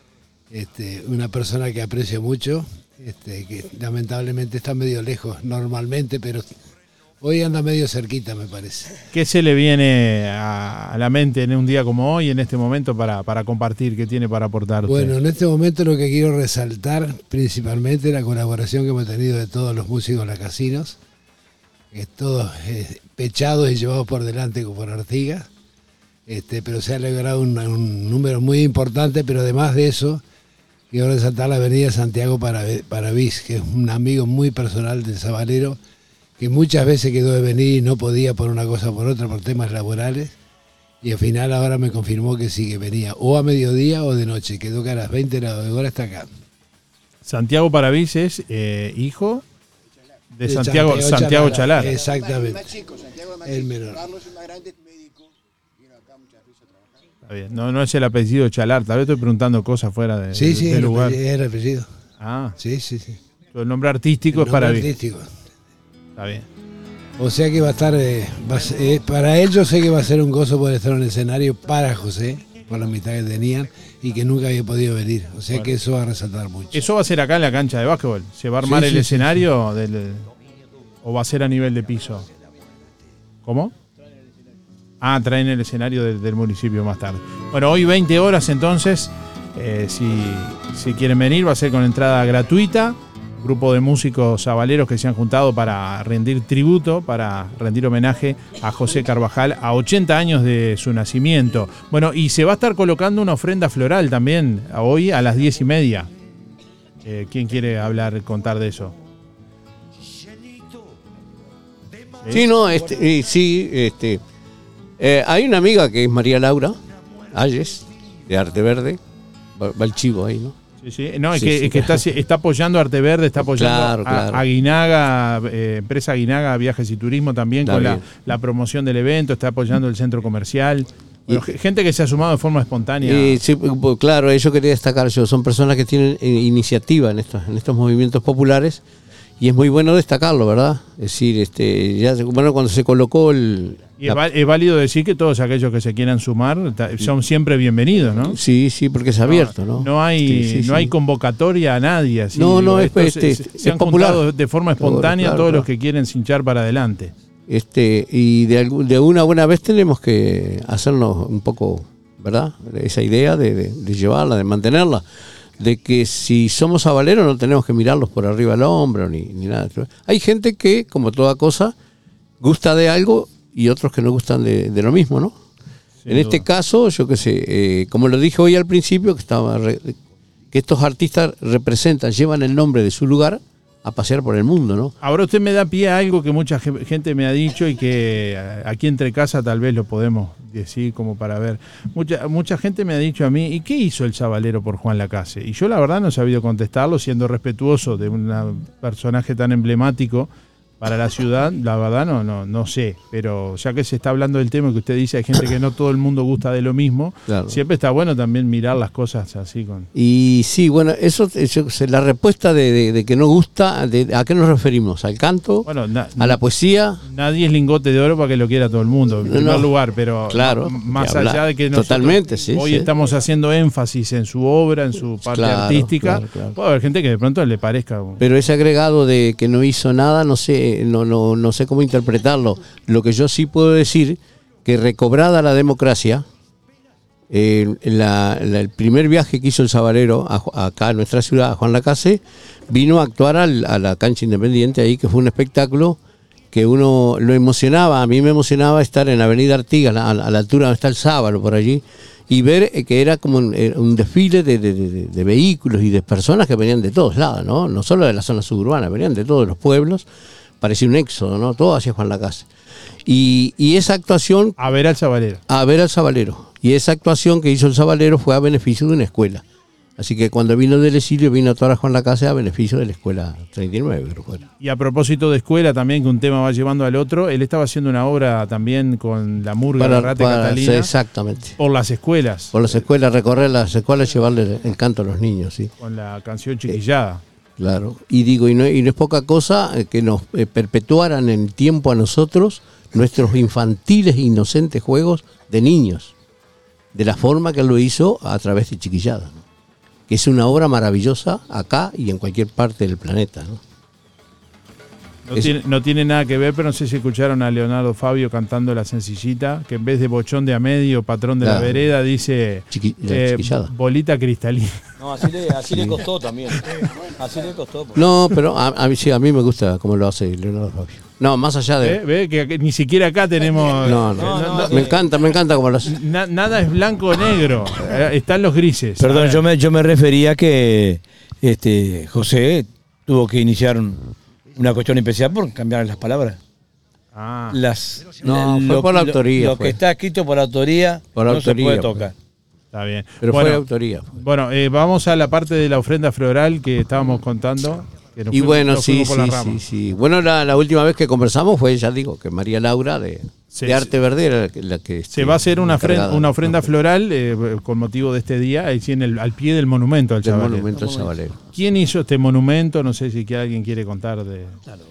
una persona que aprecio mucho, que lamentablemente está medio lejos normalmente, pero hoy anda medio cerquita, me parece. ¿Qué se le viene a la mente en un día como hoy, en este momento, para compartir? ¿Qué tiene para aportar usted? Bueno, en este momento lo que quiero resaltar principalmente es la colaboración que hemos tenido de todos los músicos lacasinos, todos pechados y llevados por delante por Artigas, pero se ha logrado un número muy importante, pero además de eso, quiero resaltar la avenida Santiago Paravís, que es un amigo muy personal del Sabalero, que muchas veces quedó de venir y no podía por una cosa o por otra, por temas laborales, y al final ahora me confirmó que sí, que venía o a mediodía o de noche, quedó que a las 20 horas está acá. Santiago Paravís es hijo de Santiago Chalar. Exactamente. El menor. Carlos es más grande, es médico. Viene acá muchas veces a trabajar. Está bien. No es el apellido Chalar, tal vez estoy preguntando cosas fuera de, Sí, del lugar. es el apellido. Ah, sí. El nombre artístico El es para nombre bien. artístico. Está bien. O sea que va a estar, para él yo sé que va a ser un gozo poder estar en el escenario para José, por la amistad que tenían y que nunca había podido venir. O sea que eso va a resaltar mucho. ¿Eso va a ser acá en la cancha de básquetbol? ¿Se va a armar el escenario o va a ser a nivel de piso? ¿Cómo? Traen el escenario del municipio más tarde. Bueno, hoy 20 horas entonces, si quieren venir va a ser con entrada gratuita. Grupo de músicos sabaleros que se han juntado para rendir tributo, para rendir homenaje a José Carvajal a 80 años de su nacimiento. Bueno, y se va a estar colocando una ofrenda floral también hoy a las 10:30. ¿Quién quiere contar de eso? Sí, no, hay una amiga que es María Laura Ayes, de Arte Verde, va el chivo ahí, ¿no? Sí. No, es que está apoyando a Arte Verde, está apoyando a Guinaga, empresa Guinaga Viajes y Turismo también, está con la promoción del evento, está apoyando el centro comercial. Bueno, gente que se ha sumado de forma espontánea. Sí, claro, eso quería destacar yo. Son personas que tienen iniciativa en estos movimientos populares y es muy bueno destacarlo, ¿verdad? Es decir, cuando se colocó es válido decir que todos aquellos que se quieran sumar son siempre bienvenidos, ¿no? Sí, porque es abierto, ¿no? No hay convocatoria a nadie. Así, se han popular. juntado de forma espontánea todos los que quieren cinchar para adelante. Y de una buena vez tenemos que hacernos un poco, ¿verdad? Esa idea de llevarla, de mantenerla. De que si somos sabaleros no tenemos que mirarlos por arriba del hombro ni nada. Hay gente que, como toda cosa, gusta de algo y otros que no gustan de lo mismo, ¿no? En este caso, yo qué sé, como lo dije hoy al principio, que estos artistas llevan el nombre de su lugar a pasear por el mundo, ¿no? Ahora usted me da pie a algo que mucha gente me ha dicho y que aquí entre casa tal vez lo podemos decir como para ver. Mucha gente me ha dicho a mí, ¿y qué hizo el Sabalero por Juan Lacase? Y yo la verdad no he sabido contestarlo, siendo respetuoso de un personaje tan emblemático para la ciudad, la verdad no sé, pero ya que se está hablando del tema que usted dice, hay gente que no todo el mundo gusta de lo mismo, claro. Siempre está bueno también mirar las cosas así. Y sí, bueno, eso la respuesta de que no gusta, ¿a qué nos referimos? ¿Al canto? Bueno, ¿a la poesía? Nadie es lingote de oro para que lo quiera todo el mundo, en primer lugar, pero claro, más allá de que nosotros totalmente, hoy estamos haciendo énfasis en su obra, en su parte artística, puede haber gente que de pronto le parezca. Pero ese agregado de que no hizo nada, no sé cómo interpretarlo. Lo que yo sí puedo decir, que recobrada la democracia, el primer viaje que hizo el Sabalero acá en nuestra ciudad, a Juan Lacase, vino a actuar a la cancha Independiente ahí, que fue un espectáculo que uno lo emocionaba. A mí me emocionaba estar en Avenida Artigas, a la altura donde está el Sábalo, por allí, y ver que era como un desfile de vehículos y de personas que venían de todos lados, no solo de la zona suburbana, venían de todos los pueblos. Parecía un éxodo, ¿no? Todo hacia Juan Lacase. Y esa actuación... A ver al Sabalero. Y esa actuación que hizo el Sabalero fue a beneficio de una escuela. Así que cuando vino del exilio, vino a actuar a Juan Lacase a beneficio de la escuela 39, creo que era. Y a propósito de escuela también, que un tema va llevando al otro, él estaba haciendo una obra también con la murga de Rate Catalina. Sí, exactamente. Por las escuelas. Por las escuelas, recorrer las escuelas y llevarle el canto a los niños, sí. Con la canción Chiquillada. Claro, y no es poca cosa que nos perpetuaran en el tiempo a nosotros nuestros infantiles e inocentes juegos de niños, de la forma que él lo hizo a través de Chiquillada, ¿no? Que es una obra maravillosa acá y en cualquier parte del planeta, ¿no? No tiene nada que ver, pero no sé si escucharon a Leonardo Fabio cantando La Sencillita, que en vez de bochón de a medio, patrón de la vereda, dice bolita cristalina. No, así le costó también. Así le costó. No, pero a mí me gusta cómo lo hace Leonardo Fabio. No, más allá de... ¿Ve? Que ni siquiera acá tenemos... No, me encanta cómo lo hace. Nada es blanco o negro, están los grises. Perdón, yo me refería que José tuvo que iniciar una cuestión especial por cambiar las palabras. Fue por la autoría. Lo que está escrito por autoría no se puede tocar. Está bien. Pero fue de autoría. Bueno, vamos a la parte de la ofrenda floral que estábamos contando, Y bueno, sí. Bueno, la última vez que conversamos fue, ya digo, que María Laura de Arte Verde era la que... Se va a hacer una ofrenda floral con motivo de este día, ahí sí, al pie del monumento al Sabalero. ¿Quién hizo este monumento? No sé si alguien quiere contar de...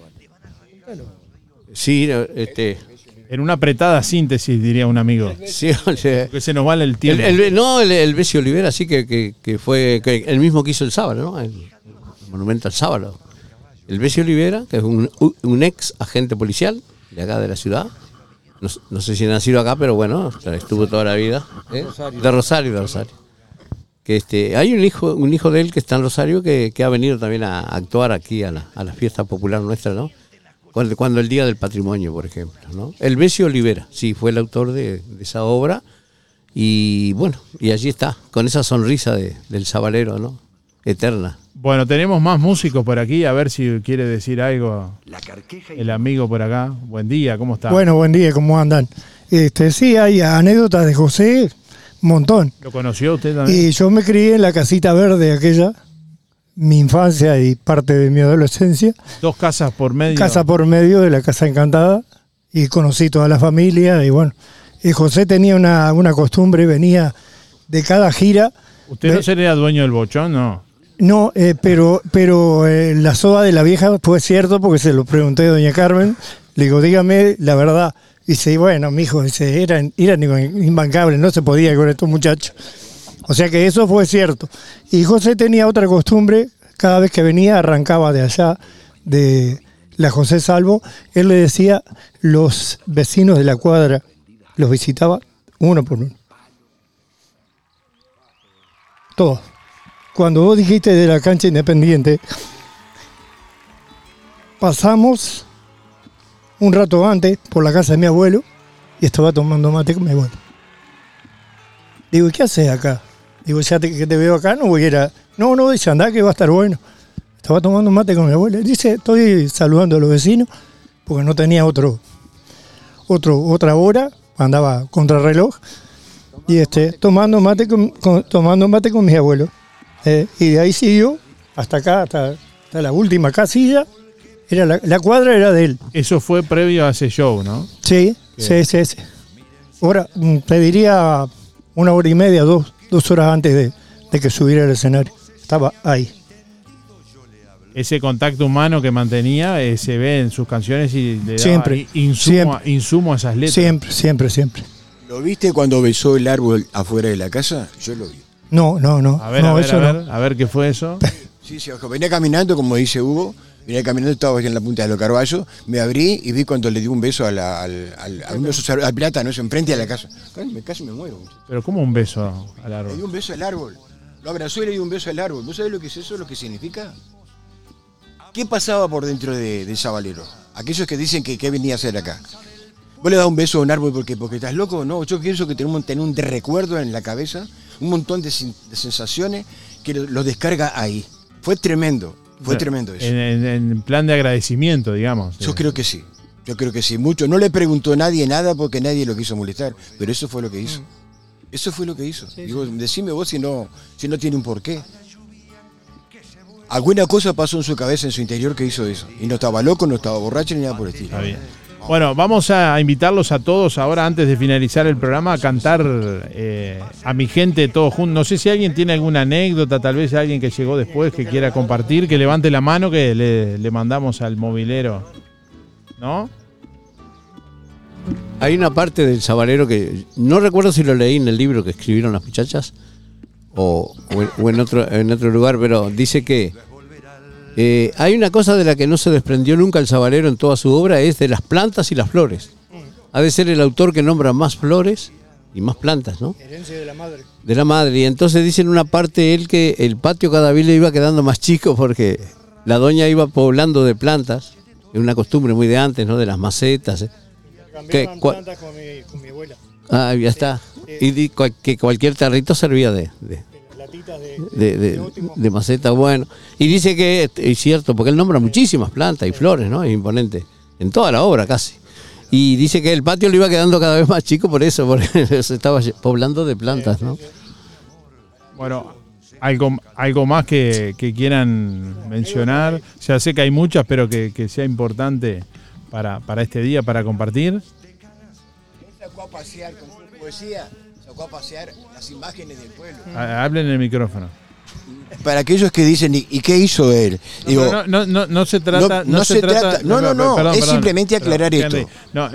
Sí, en una apretada síntesis, diría un amigo. Sí, que se nos vale el tiempo. El Bessie Olivera, sí, que fue el mismo que hizo el Sábalo, ¿no? El monumento al Sábalo. El Bessie Olivera, que es un ex agente policial de acá de la ciudad. No sé si nació acá, pero bueno, estuvo toda la vida. De Rosario. Que hay un hijo de él que está en Rosario que ha venido también a actuar aquí a la fiesta popular nuestra, ¿no? Cuando el Día del Patrimonio, por ejemplo, ¿no? El Bessie Olivera, sí, fue el autor de esa obra. Y bueno, y allí está, con esa sonrisa del sabalero, ¿no? Eterna. Bueno, tenemos más músicos por aquí, a ver si quiere decir algo el amigo por acá. Buen día, ¿cómo está? Bueno, buen día, ¿cómo andan? Sí, hay anécdotas de José, un montón. ¿Lo conoció usted también? Y yo me crié en la casita verde aquella, mi infancia y parte de mi adolescencia. 2 casas por medio. Casa por medio de la Casa Encantada, y conocí toda la familia, y bueno, José tenía una costumbre, venía de cada gira. ¿Usted no sería dueño del bochón, no? No, pero la soda de la vieja fue cierto, porque se lo pregunté a doña Carmen, le digo, dígame la verdad. Dice, bueno, mijo, dice, eran imbancables, no se podía con estos muchachos. O sea que eso fue cierto. Y José tenía otra costumbre, cada vez que venía arrancaba de allá, de la José Salvo, él le decía, los vecinos de la cuadra los visitaba uno por uno. Todos. Cuando vos dijiste de la cancha Independiente, pasamos un rato antes por la casa de mi abuelo y estaba tomando mate con mi abuelo. Digo, ¿y qué haces acá? Digo, ya que te veo acá, no voy a ir a... No, dice, andá que va a estar bueno. Estaba tomando mate con mi abuelo. Dice, estoy saludando a los vecinos porque no tenía otra hora, andaba contrarreloj. Y tomando mate con mi abuelo. Y de ahí siguió hasta acá, hasta la última casilla. La cuadra era de él. Eso fue previo a ese show, ¿no? Sí. Ahora, te diría 1 hora y media, 2 horas antes de que subiera al escenario. Estaba ahí. Ese contacto humano que mantenía se ve en sus canciones y le daba siempre, insumo a esas letras. Siempre. ¿Lo viste cuando besó el árbol afuera de la casa? Yo lo vi. No. A ver qué fue eso. Sí, venía caminando, como dice Hugo, estaba en la punta de los Carballos, me abrí y vi cuando le di un beso al plátano, eso, enfrente a la casa. Casi me muero. Pero ¿cómo un beso al árbol? Le di un beso al árbol. Lo abrazó y le di un beso al árbol. ¿Vos sabés lo que es eso, lo que significa? ¿Qué pasaba por dentro de Sabalero? Aquellos que dicen que qué venía a hacer acá. ¿Vos le das un beso a un árbol porque estás loco? No, yo pienso que tenemos tener un recuerdo en la cabeza, un montón de sensaciones que lo descarga ahí. Fue tremendo eso. En plan de agradecimiento, digamos. Yo creo que sí. Mucho. No le preguntó a nadie nada porque nadie lo quiso molestar, pero eso fue lo que hizo. Sí, digo, decime vos si no tiene un porqué. Alguna cosa pasó en su cabeza, en su interior, que hizo eso. Y no estaba loco, no estaba borracho ni nada por el estilo. Está bien. Bueno, vamos a invitarlos a todos ahora, antes de finalizar el programa, a cantar a mi gente todos juntos. No sé si alguien tiene alguna anécdota, tal vez alguien que llegó después que quiera compartir, que levante la mano, que le mandamos al mobilero. ¿No? Hay una parte del Sabalero que no recuerdo si lo leí en el libro que escribieron las muchachas o en otro lugar, pero dice que hay una cosa de la que no se desprendió nunca el Sabalero en toda su obra, es de las plantas y las flores. Ha de ser el autor que nombra más flores y más plantas, ¿no? Herencia de la madre. De la madre. Y entonces dice en una parte él que el patio cada vez le iba quedando más chico porque la doña iba poblando de plantas. Es una costumbre muy de antes, ¿no? De las macetas. Cambiaban plantas con mi abuela. Ah, ya está. Y que cualquier tarrito servía de maceta, bueno. Y dice que es cierto, porque él nombra muchísimas plantas y flores, ¿no? Es imponente. En toda la obra casi. Y dice que el patio le iba quedando cada vez más chico por eso, porque se estaba poblando de plantas, ¿no? Bueno, ¿Algo más que quieran mencionar? Ya sé que hay muchas, pero que sea importante para este día, para compartir. Sacó a pasear con su poesía, sacó a pasear las imágenes del pueblo. Hablen en el micrófono. Para aquellos que dicen, ¿y qué hizo él? Digo, no se trata. No, Perdón, es simplemente aclarar esto. Henry, no,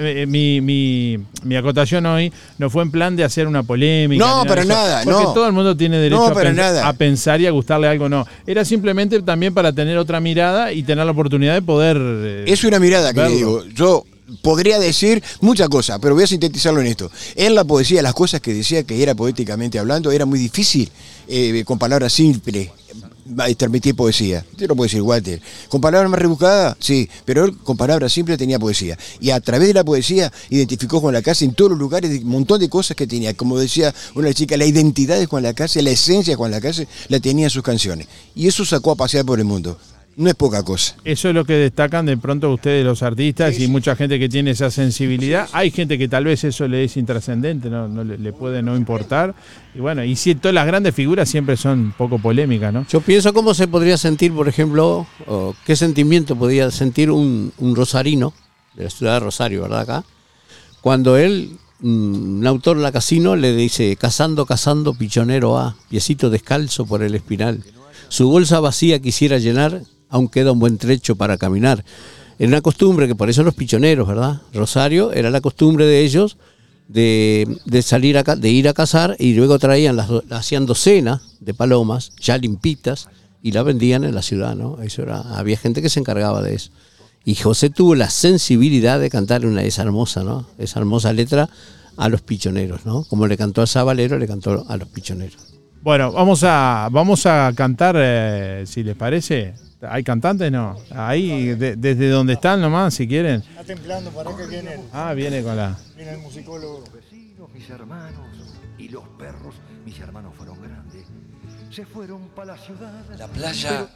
mi acotación hoy no fue en plan de hacer una polémica. No, para nada. Porque no. todo el mundo tiene derecho a pensar y a gustarle algo. No, era simplemente también para tener otra mirada y tener la oportunidad de poder. Es una mirada que verlo. le digo. Yo podría decir muchas cosas, pero voy a sintetizarlo en esto. En la poesía, las cosas que decía que era poéticamente hablando, era muy difícil con palabras simples transmitir poesía. Te lo puede decir Walter. Con palabras más rebuscadas, sí, pero él con palabras simples tenía poesía. Y a través de la poesía identificó Juan Lacase en todos los lugares un montón de cosas que tenía. Como decía una chica, la identidad de Juan Lacase, la esencia de Juan Lacase, la tenía en sus canciones. Y eso sacó a pasear por el mundo. No es poca cosa. Eso es lo que destacan de pronto ustedes los artistas, y mucha gente que tiene esa sensibilidad. Hay gente que tal vez eso le es intrascendente, no le puede no importar. Y bueno, y si todas las grandes figuras siempre son poco polémicas, ¿no? Yo pienso cómo se podría sentir, por ejemplo, o qué sentimiento podría sentir un rosarino de la ciudad de Rosario, ¿verdad? Acá, cuando él, un autor lacasino, le dice: cazando, cazando, pichonero va, piecito descalzo por el espinal. Su bolsa vacía quisiera llenar, aún queda un buen trecho para caminar. Era una costumbre, que por eso los pichoneros, ¿verdad? Rosario, era la costumbre de ellos de salir de ir a cazar, y luego hacían docenas de palomas ya limpitas y la vendían en la ciudad, ¿no? Había gente que se encargaba de eso. Y José tuvo la sensibilidad de cantar esa hermosa, ¿no? Esa hermosa letra a los pichoneros, ¿no? Como le cantó a Sabalero, le cantó a los pichoneros. Bueno, vamos a cantar, si les parece. ¿Hay cantantes? No. Ahí, desde donde están nomás, si quieren. Está templando, para que viene. Viene con la... Viene el musicólogo. Los vecinos, mis hermanos y los perros, mis hermanos fueron grandes. Se fueron para la ciudad. La playa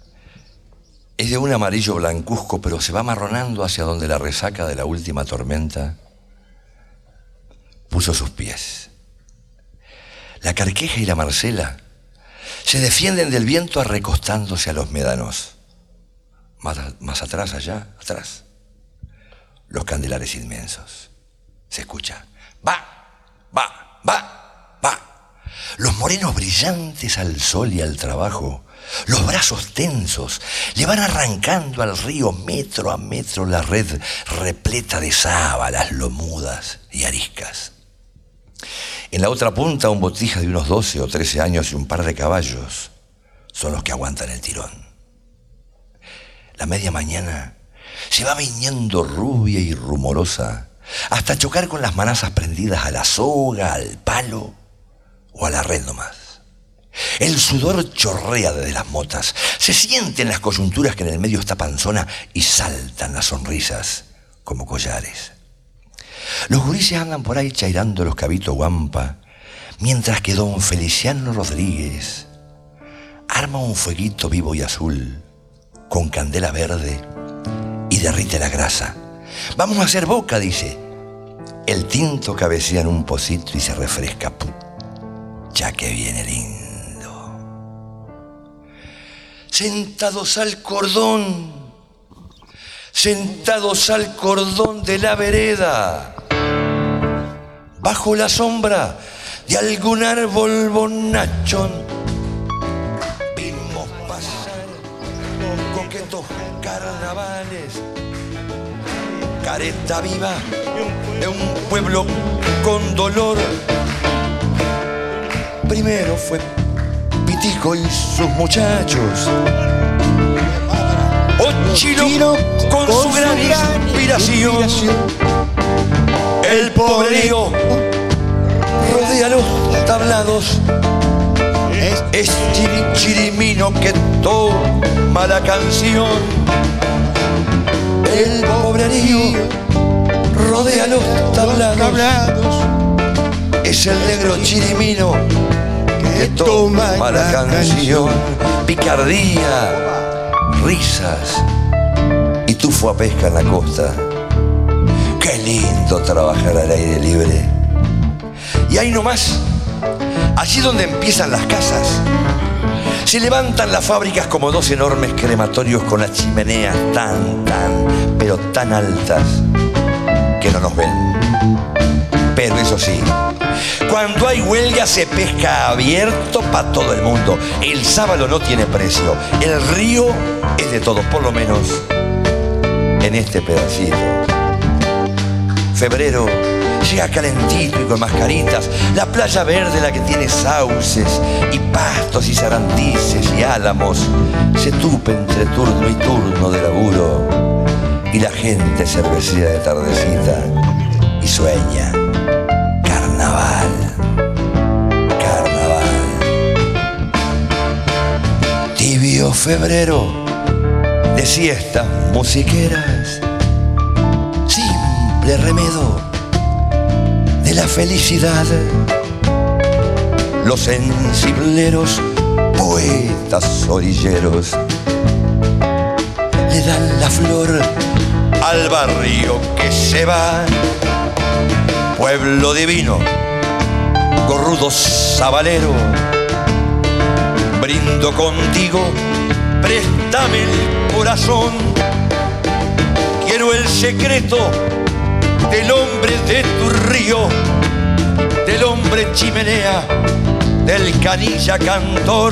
es de un amarillo blancuzco, pero se va amarronando hacia donde la resaca de la última tormenta puso sus pies. La Carqueja y la Marcela se defienden del viento arrecostándose a los médanos. Más atrás, allá, atrás, los candelares inmensos. Se escucha: va, va, va, va. Los morenos brillantes al sol y al trabajo, los brazos tensos, le van arrancando al río metro a metro la red repleta de sábalas, lomudas y ariscas. En la otra punta, un botija de unos 12 o 13 años y un par de caballos son los que aguantan el tirón. La media mañana se va viniendo rubia y rumorosa hasta chocar con las manazas prendidas a la soga, al palo o a la red nomás. El sudor chorrea desde las motas, se sienten las coyunturas que en el medio está panzona y saltan las sonrisas como collares. Los gurises andan por ahí chairando los cabitos guampa, mientras que don Feliciano Rodríguez arma un fueguito vivo y azul con candela verde y derrite la grasa. Vamos a hacer boca, dice. El tinto cabecea en un pocito y se refresca. Ya que viene lindo. Sentados al cordón de la vereda, bajo la sombra de algún árbol bonachón, vimos pasar los coquetos carnavales, careta viva de un pueblo con dolor. Primero fue Pitico y sus muchachos, Ochilo con su gran inspiración. El pobrerío rodea los tablados, es Chirimino que toma la canción. El pobrerío rodea los tablados, es el negro Chirimino que toma la canción. Picardía, risas y tufo a pesca en la costa. Qué lindo trabajar al aire libre. Y ahí nomás, allí donde empiezan las casas, Se levantan las fábricas como dos enormes crematorios con las chimeneas pero tan altas que no nos ven. Pero eso sí, cuando hay huelga se pesca abierto para todo el mundo. El sábalo no tiene precio. El río es de todos, por lo menos en este pedacito. Febrero llega calentito y con mascaritas. La playa verde, la que tiene sauces y pastos y sarandices y álamos, se tupe entre turno y turno de laburo. Y la gente cervecera de tardecita y sueña. Carnaval, carnaval. Tibio febrero de siestas musiqueras, simple remedo de la felicidad. Los sensibleros, poetas orilleros, le dan la flor al barrio que se va. Pueblo divino, gorrudo sabalero, brindo contigo, préstame el corazón. Quiero el secreto del hombre de tu río, del hombre chimenea, del canilla cantor.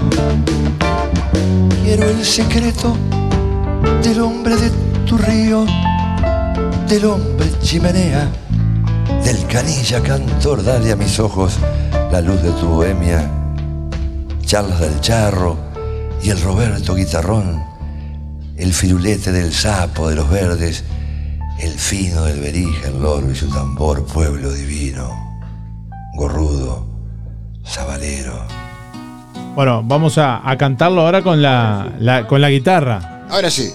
Quiero el secreto del hombre de tu río, del hombre chimenea, del canilla cantor. Dale a mis ojos la luz de tu bohemia, charlas del charro y el Roberto guitarrón, el firulete del sapo de los verdes, el fino del berija, el loro y su tambor. Pueblo divino, gorrudo, sabalero. Bueno, vamos a cantarlo ahora con la guitarra. Ahora sí.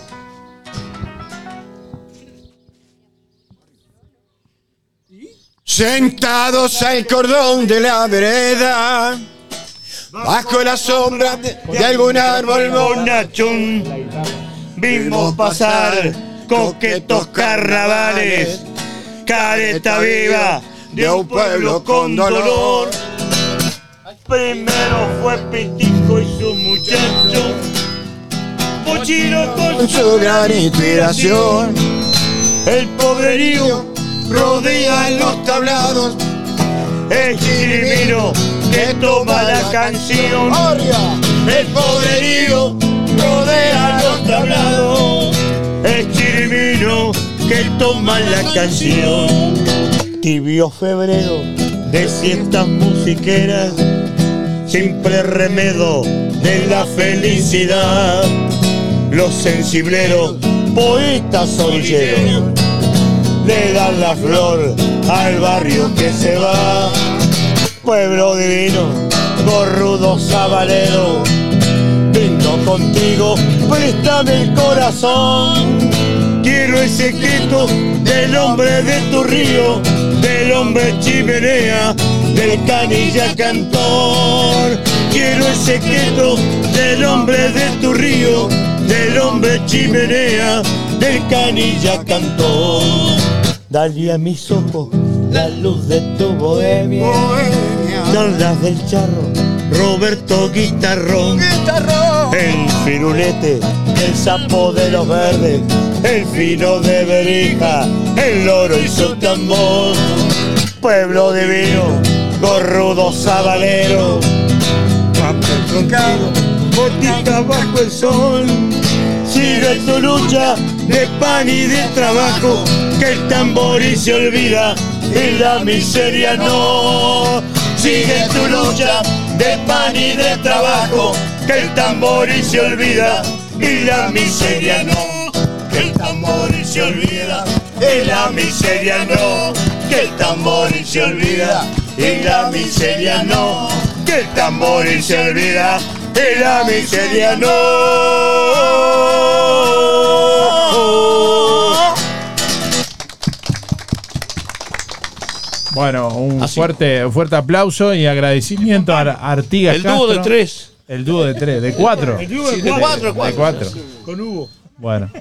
Sentados al cordón de la vereda, bajo la sombra de algún árbol bonachón, vimos pasar coquetos carnavales, careta viva de un pueblo con dolor. Primero fue Pitico y su muchacho, Pochino con su gran inspiración. El poderío rodea los tablados, el chirimino que toma la canción. El poderío rodea los tablados, el chirimino que toma la canción. Tibio febrero de siestas musiqueras, simple remedo de la felicidad. Los sensibleros, poetas orilleros, le dan la flor al barrio que se va. Pueblo divino, gorrudo sabalero, brindo contigo, préstame el corazón. Quiero el secreto del hombre de tu río, del hombre chimenea, del canilla cantor. Quiero el secreto del hombre de tu río, del hombre chimenea, del canilla cantor. Dale a mis ojos la luz de tu bohemia, charlas del charro, Roberto guitarrón, el firulete, el sapo de los verdes, el fino de berija, el loro y su tambor. Pueblo divino, gorrudo sabalero, papel truncado, botita bajo el sol. Sigue tu lucha de pan y de trabajo, que el tamboril se olvida y la miseria no. Sigue tu lucha de pan y de trabajo, que el tamboril se olvida y la miseria no. Que el tamboril se olvida y la miseria no. Que el tamboril se olvida y la miseria no. Que el tamboril se olvida y la miseria no. Bueno, un fuerte aplauso y agradecimiento a Artigas El dúo Castro. de tres. El dúo de tres, de cuatro. El dúo de Sí, cuatro. De cuatro. Con Hugo. Bueno.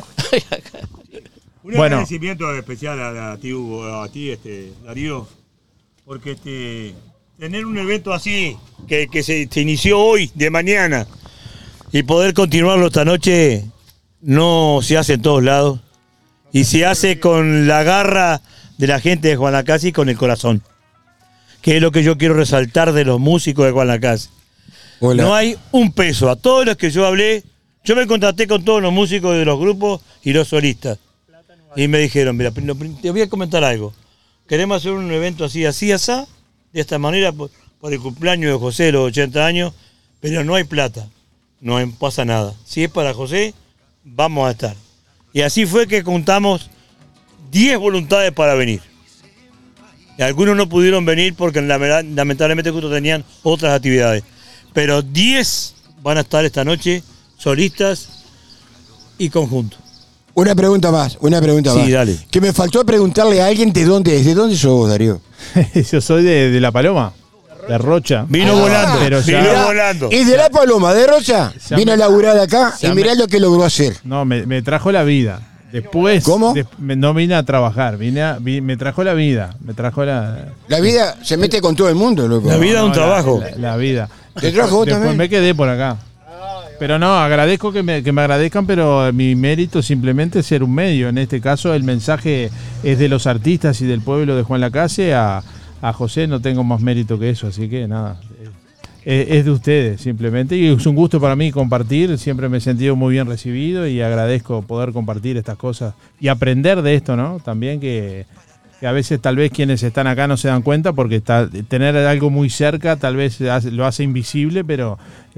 Un agradecimiento especial a ti, Hugo, a ti, Darío, porque tener un evento así, que se inició hoy, de mañana, y poder continuarlo esta noche, no se hace en todos lados. Y se hace con la garra de la gente de Juan Lacase y con el corazón. Que es lo que yo quiero resaltar de los músicos de Juan Lacase. No hay un peso. A todos los que yo hablé, yo me contacté con todos los músicos de los grupos y los solistas. Y me dijeron, mira, te voy a comentar algo. Queremos hacer un evento así, de esta manera, por el cumpleaños de José, los 80 años, pero no hay plata. No pasa nada. Si es para José, vamos a estar. Y así fue que contamos 10 voluntades para venir. Y algunos no pudieron venir porque lamentablemente justo tenían otras actividades. Pero 10 van a estar esta noche, solistas y conjunto. Una pregunta más. Sí, dale. Que me faltó preguntarle a alguien de dónde es. ¿De dónde sos vos, Darío? Yo soy de La Paloma, de Rocha. Vino volando. Pero ¿Y de La Paloma, de Rocha? Vino a laburar acá y mirá lo que logró hacer. No, me trajo la vida. Después, ¿cómo? No vine a trabajar, me trajo la vida. La vida se mete con todo el mundo, loco. La vida es un trabajo. La vida. ¿Te trajo vos también? Me quedé por acá. Pero no, agradezco que me agradezcan, pero mi mérito simplemente es ser un medio. En este caso, el mensaje es de los artistas y del pueblo de Juan Lacase. A José no tengo más mérito que eso, así que nada. Es de ustedes, simplemente. Y es un gusto para mí compartir. Siempre me he sentido muy bien recibido y agradezco poder compartir estas cosas y aprender de esto, ¿no? También que a veces tal vez quienes están acá no se dan cuenta porque tener algo muy cerca tal vez lo hace invisible, pero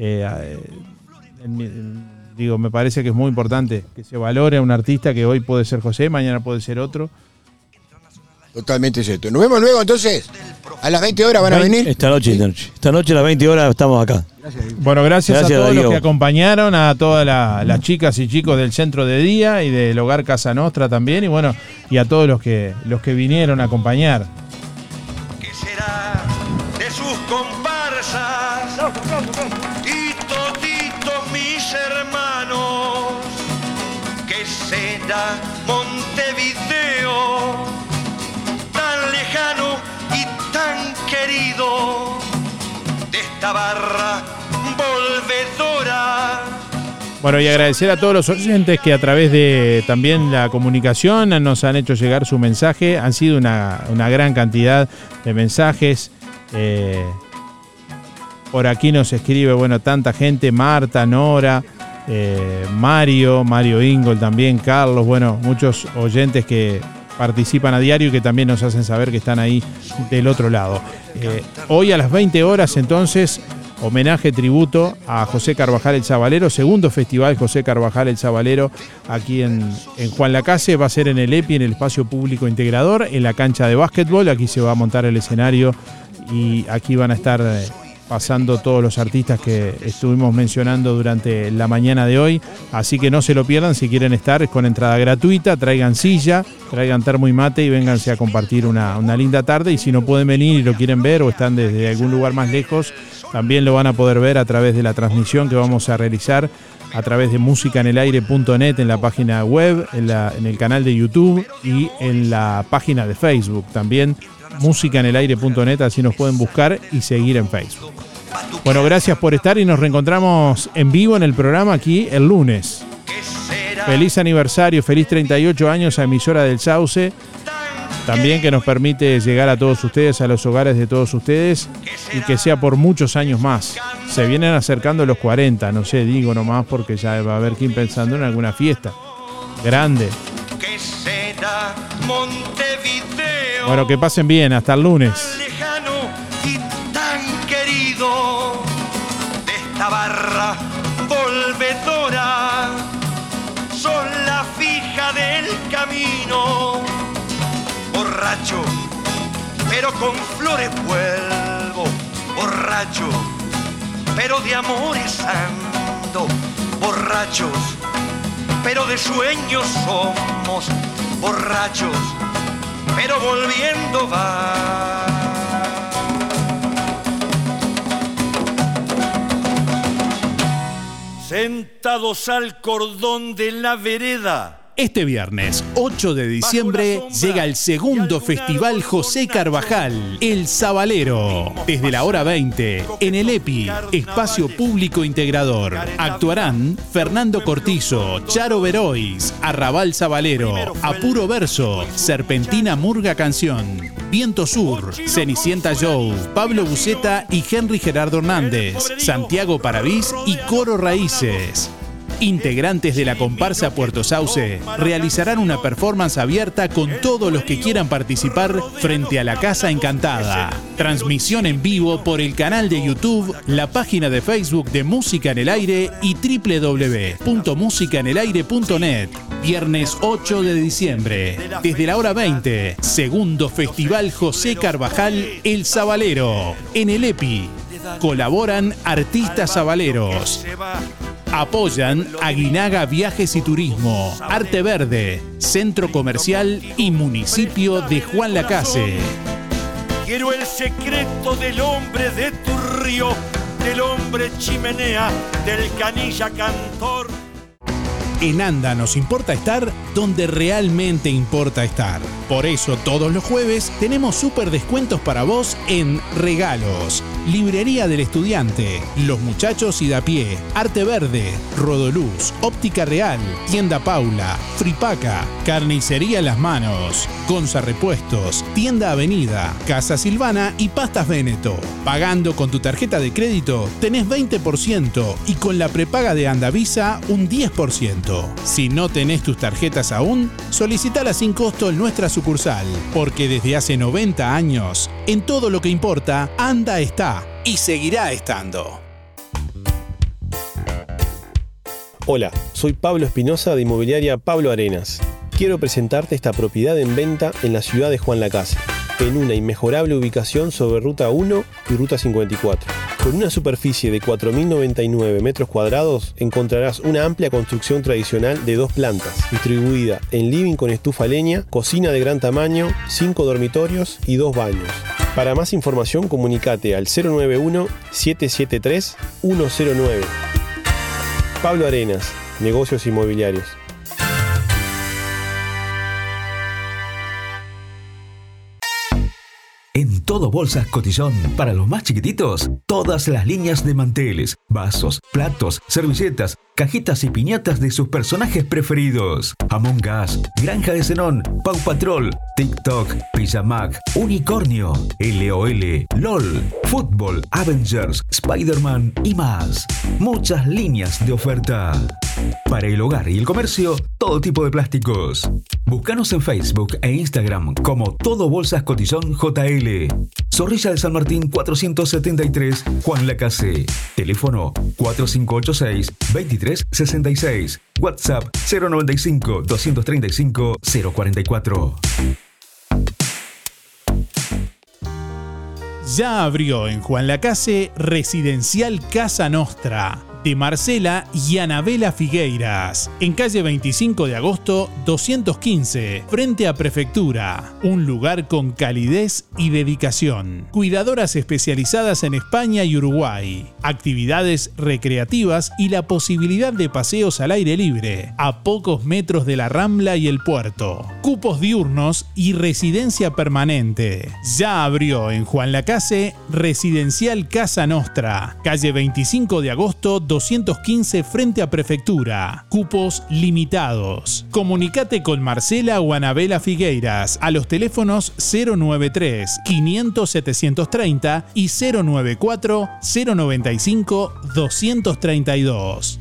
me parece que es muy importante que se valore a un artista que hoy puede ser José, mañana puede ser otro. Totalmente cierto. Nos vemos luego entonces. A las 20 horas van a venir. Esta noche a las 20 horas estamos acá. Bueno, gracias a todos Darío. los que acompañaron, a todas las chicas y chicos del Centro de Día y del Hogar Casa Nostra también, y bueno, y a todos los que vinieron a acompañar. ¿Qué será de sus comparsas y toditos mis hermanos? ¿Qué será Montevideo, tan lejano y tan querido, de esta barra volvedora? Bueno, y agradecer a todos los oyentes que a través de también la comunicación nos han hecho llegar su mensaje. Han sido una gran cantidad de mensajes. Por aquí nos escribe, bueno, tanta gente, Marta, Nora, Mario Ingol también, Carlos, bueno, muchos oyentes que participan a diario y que también nos hacen saber que están ahí del otro lado. Hoy a las 20 horas entonces, homenaje, tributo a José Carvajal el Sabalero, segundo festival José Carvajal el Sabalero aquí en Juan Lacase. Va a ser en el EPI, en el espacio público integrador, en la cancha de básquetbol. Aquí se va a montar el escenario y aquí van a estar pasando todos los artistas que estuvimos mencionando durante la mañana de hoy, así que no se lo pierdan. Si quieren estar, es con entrada gratuita, traigan silla, traigan termo y mate y vénganse a compartir una linda tarde. Y si no pueden venir y lo quieren ver o están desde algún lugar más lejos, también lo van a poder ver a través de la transmisión que vamos a realizar a través de musicanelaire.net en la página web, en el canal de YouTube y en la página de Facebook también, musicanelaire.net, así nos pueden buscar y seguir en Facebook. Bueno, gracias por estar y nos reencontramos en vivo en el programa aquí el lunes. Feliz aniversario, feliz 38 años a Emisora del Sauce, también que nos permite llegar a todos ustedes, a los hogares de todos ustedes, y que sea por muchos años más. Se vienen acercando los 40, no sé, digo nomás porque ya va a haber que ir pensando en alguna fiesta grande. Bueno, que pasen bien, hasta el lunes. Lejano y tan querido, de esta barra volvedora, son la fija del camino. Borracho, pero con flores vuelvo. Borracho, pero de amores ando. Borrachos, pero de sueños somos. Borrachos, pero volviendo va. Sentados al cordón de la vereda, Este viernes 8 de diciembre llega el segundo Festival José Carvajal, El Sabalero. Desde la hora 20, en el EPI, Espacio Público Integrador. Actuarán Fernando Cortizo, Charo Verois, Arrabal Sabalero, Apuro Verso, Serpentina Murga Canción, Viento Sur, Cenicienta Joe, Pablo Buceta y Henry Gerardo Hernández, Santiago Paravís y Coro Raíces. Integrantes de la comparsa Puerto Sauce realizarán una performance abierta con todos los que quieran participar frente a la Casa Encantada. Transmisión en vivo por el canal de YouTube, la página de Facebook de Música en el Aire y www.musicaenelaire.net. Viernes 8 de diciembre, desde la hora 20, segundo Festival José Carvajal, El Sabalero, en el EPI. Colaboran artistas sabaleros. Apoyan Aguinaga Viajes y Turismo, Arte Verde, Centro Comercial y Municipio de Juan Lacase. Quiero el secreto del hombre de tu río, del hombre chimenea, del canilla cantor. En ANDA nos importa estar donde realmente importa estar. Por eso todos los jueves tenemos súper descuentos para vos en regalos. Librería del Estudiante, Los Muchachos y de a pie, Arte Verde, Rodoluz, Óptica Real, Tienda Paula, Fripaca, Carnicería Las Manos, Gonza Repuestos, Tienda Avenida, Casa Silvana y Pastas Véneto. Pagando con tu tarjeta de crédito tenés 20% y con la prepaga de Andavisa un 10%. Si no tenés tus tarjetas aún, solicitala sin costo en nuestra sucursal, porque desde hace 90 años, en todo lo que importa, ANDA está y seguirá estando. Hola, soy Pablo Espinosa de Inmobiliaria Pablo Arenas. Quiero presentarte esta propiedad en venta en la ciudad de Juan Lacase, en una inmejorable ubicación sobre Ruta 1 y Ruta 54. Con una superficie de 4.099 metros cuadrados encontrarás una amplia construcción tradicional de 2 plantas, distribuida en living con estufa a leña, cocina de gran tamaño, 5 dormitorios y 2 baños. Para más información comunicate al 091-773-109. Pablo Arenas, Negocios Inmobiliarios. En Todo Bolsas Cotillón, para los más chiquititos, todas las líneas de manteles, vasos, platos, servilletas, cajitas y piñatas de sus personajes preferidos. Among Us, Granja de Zenón, Paw Patrol, TikTok, Pijamac, Unicornio, LOL, LOL, Fútbol, Avengers, Spider-Man y más. Muchas líneas de oferta. Para el hogar y el comercio, todo tipo de plásticos. Búscanos en Facebook e Instagram como Todo Bolsas Cotillón JL. Zorrilla de San Martín 473, Juan Lacase. Teléfono 4586-2366. WhatsApp 095-235-044. Ya abrió en Juan Lacase Residencial Casa Nostra, de Marcela y Anabela Figueiras, en calle 25 de agosto 215, frente a Prefectura. Un lugar con calidez y dedicación. Cuidadoras especializadas en España y Uruguay. Actividades recreativas y la posibilidad de paseos al aire libre, a pocos metros de la Rambla y el puerto. Cupos diurnos y residencia permanente. Ya abrió en Juan Lacase Residencial Casa Nostra, calle 25 de agosto 215 frente a Prefectura. Cupos limitados. Comunicate con Marcela o Anabela Figueiras a los teléfonos 093-500-730 y 094-095-232.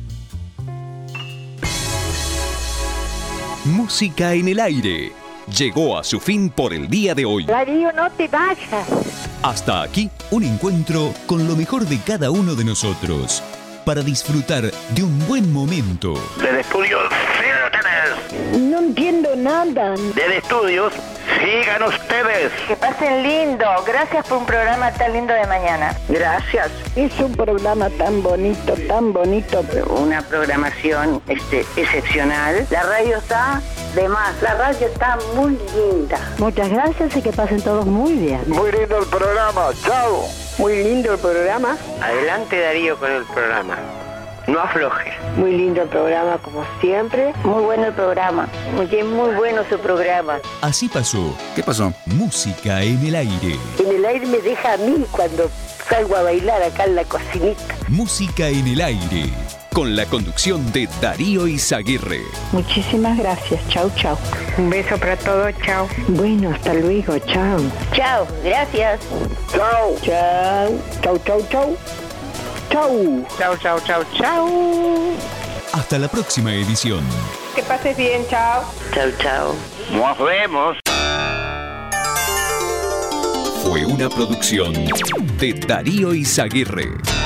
Música en el aire. Llegó a su fin por el día de hoy. Darío, no te vayas. Hasta aquí, un encuentro con lo mejor de cada uno de nosotros, para disfrutar de un buen momento. Del estudio, No entiendo nada. Del estudios, sigan ustedes. Que pasen lindo. Gracias por un programa tan lindo de mañana. Gracias. Es un programa tan bonito, tan bonito. Una programación excepcional. La radio está de más. La radio está muy linda. Muchas gracias y que pasen todos muy bien. Muy lindo el programa. Chao. Muy lindo el programa. Adelante, Darío, con el programa. No aflojes. Muy lindo el programa, como siempre. Muy bueno el programa. Muy bueno su programa. Así pasó. ¿Qué pasó? Música en el aire. En el aire me deja a mí cuando salgo a bailar acá en la cocinita. Música en el aire. Con la conducción de Darío Izaguirre. Muchísimas gracias. Chau, chau. Un beso para todos. Chau. Bueno, hasta luego. Chau. Chao, gracias. Chao. Chao. Chau, chau, chau. Chau. Chau, chau, chau, chau. Hasta la próxima edición. Que pases bien. Chao. Chau, chau. Nos vemos. Fue una producción de Darío Izaguirre.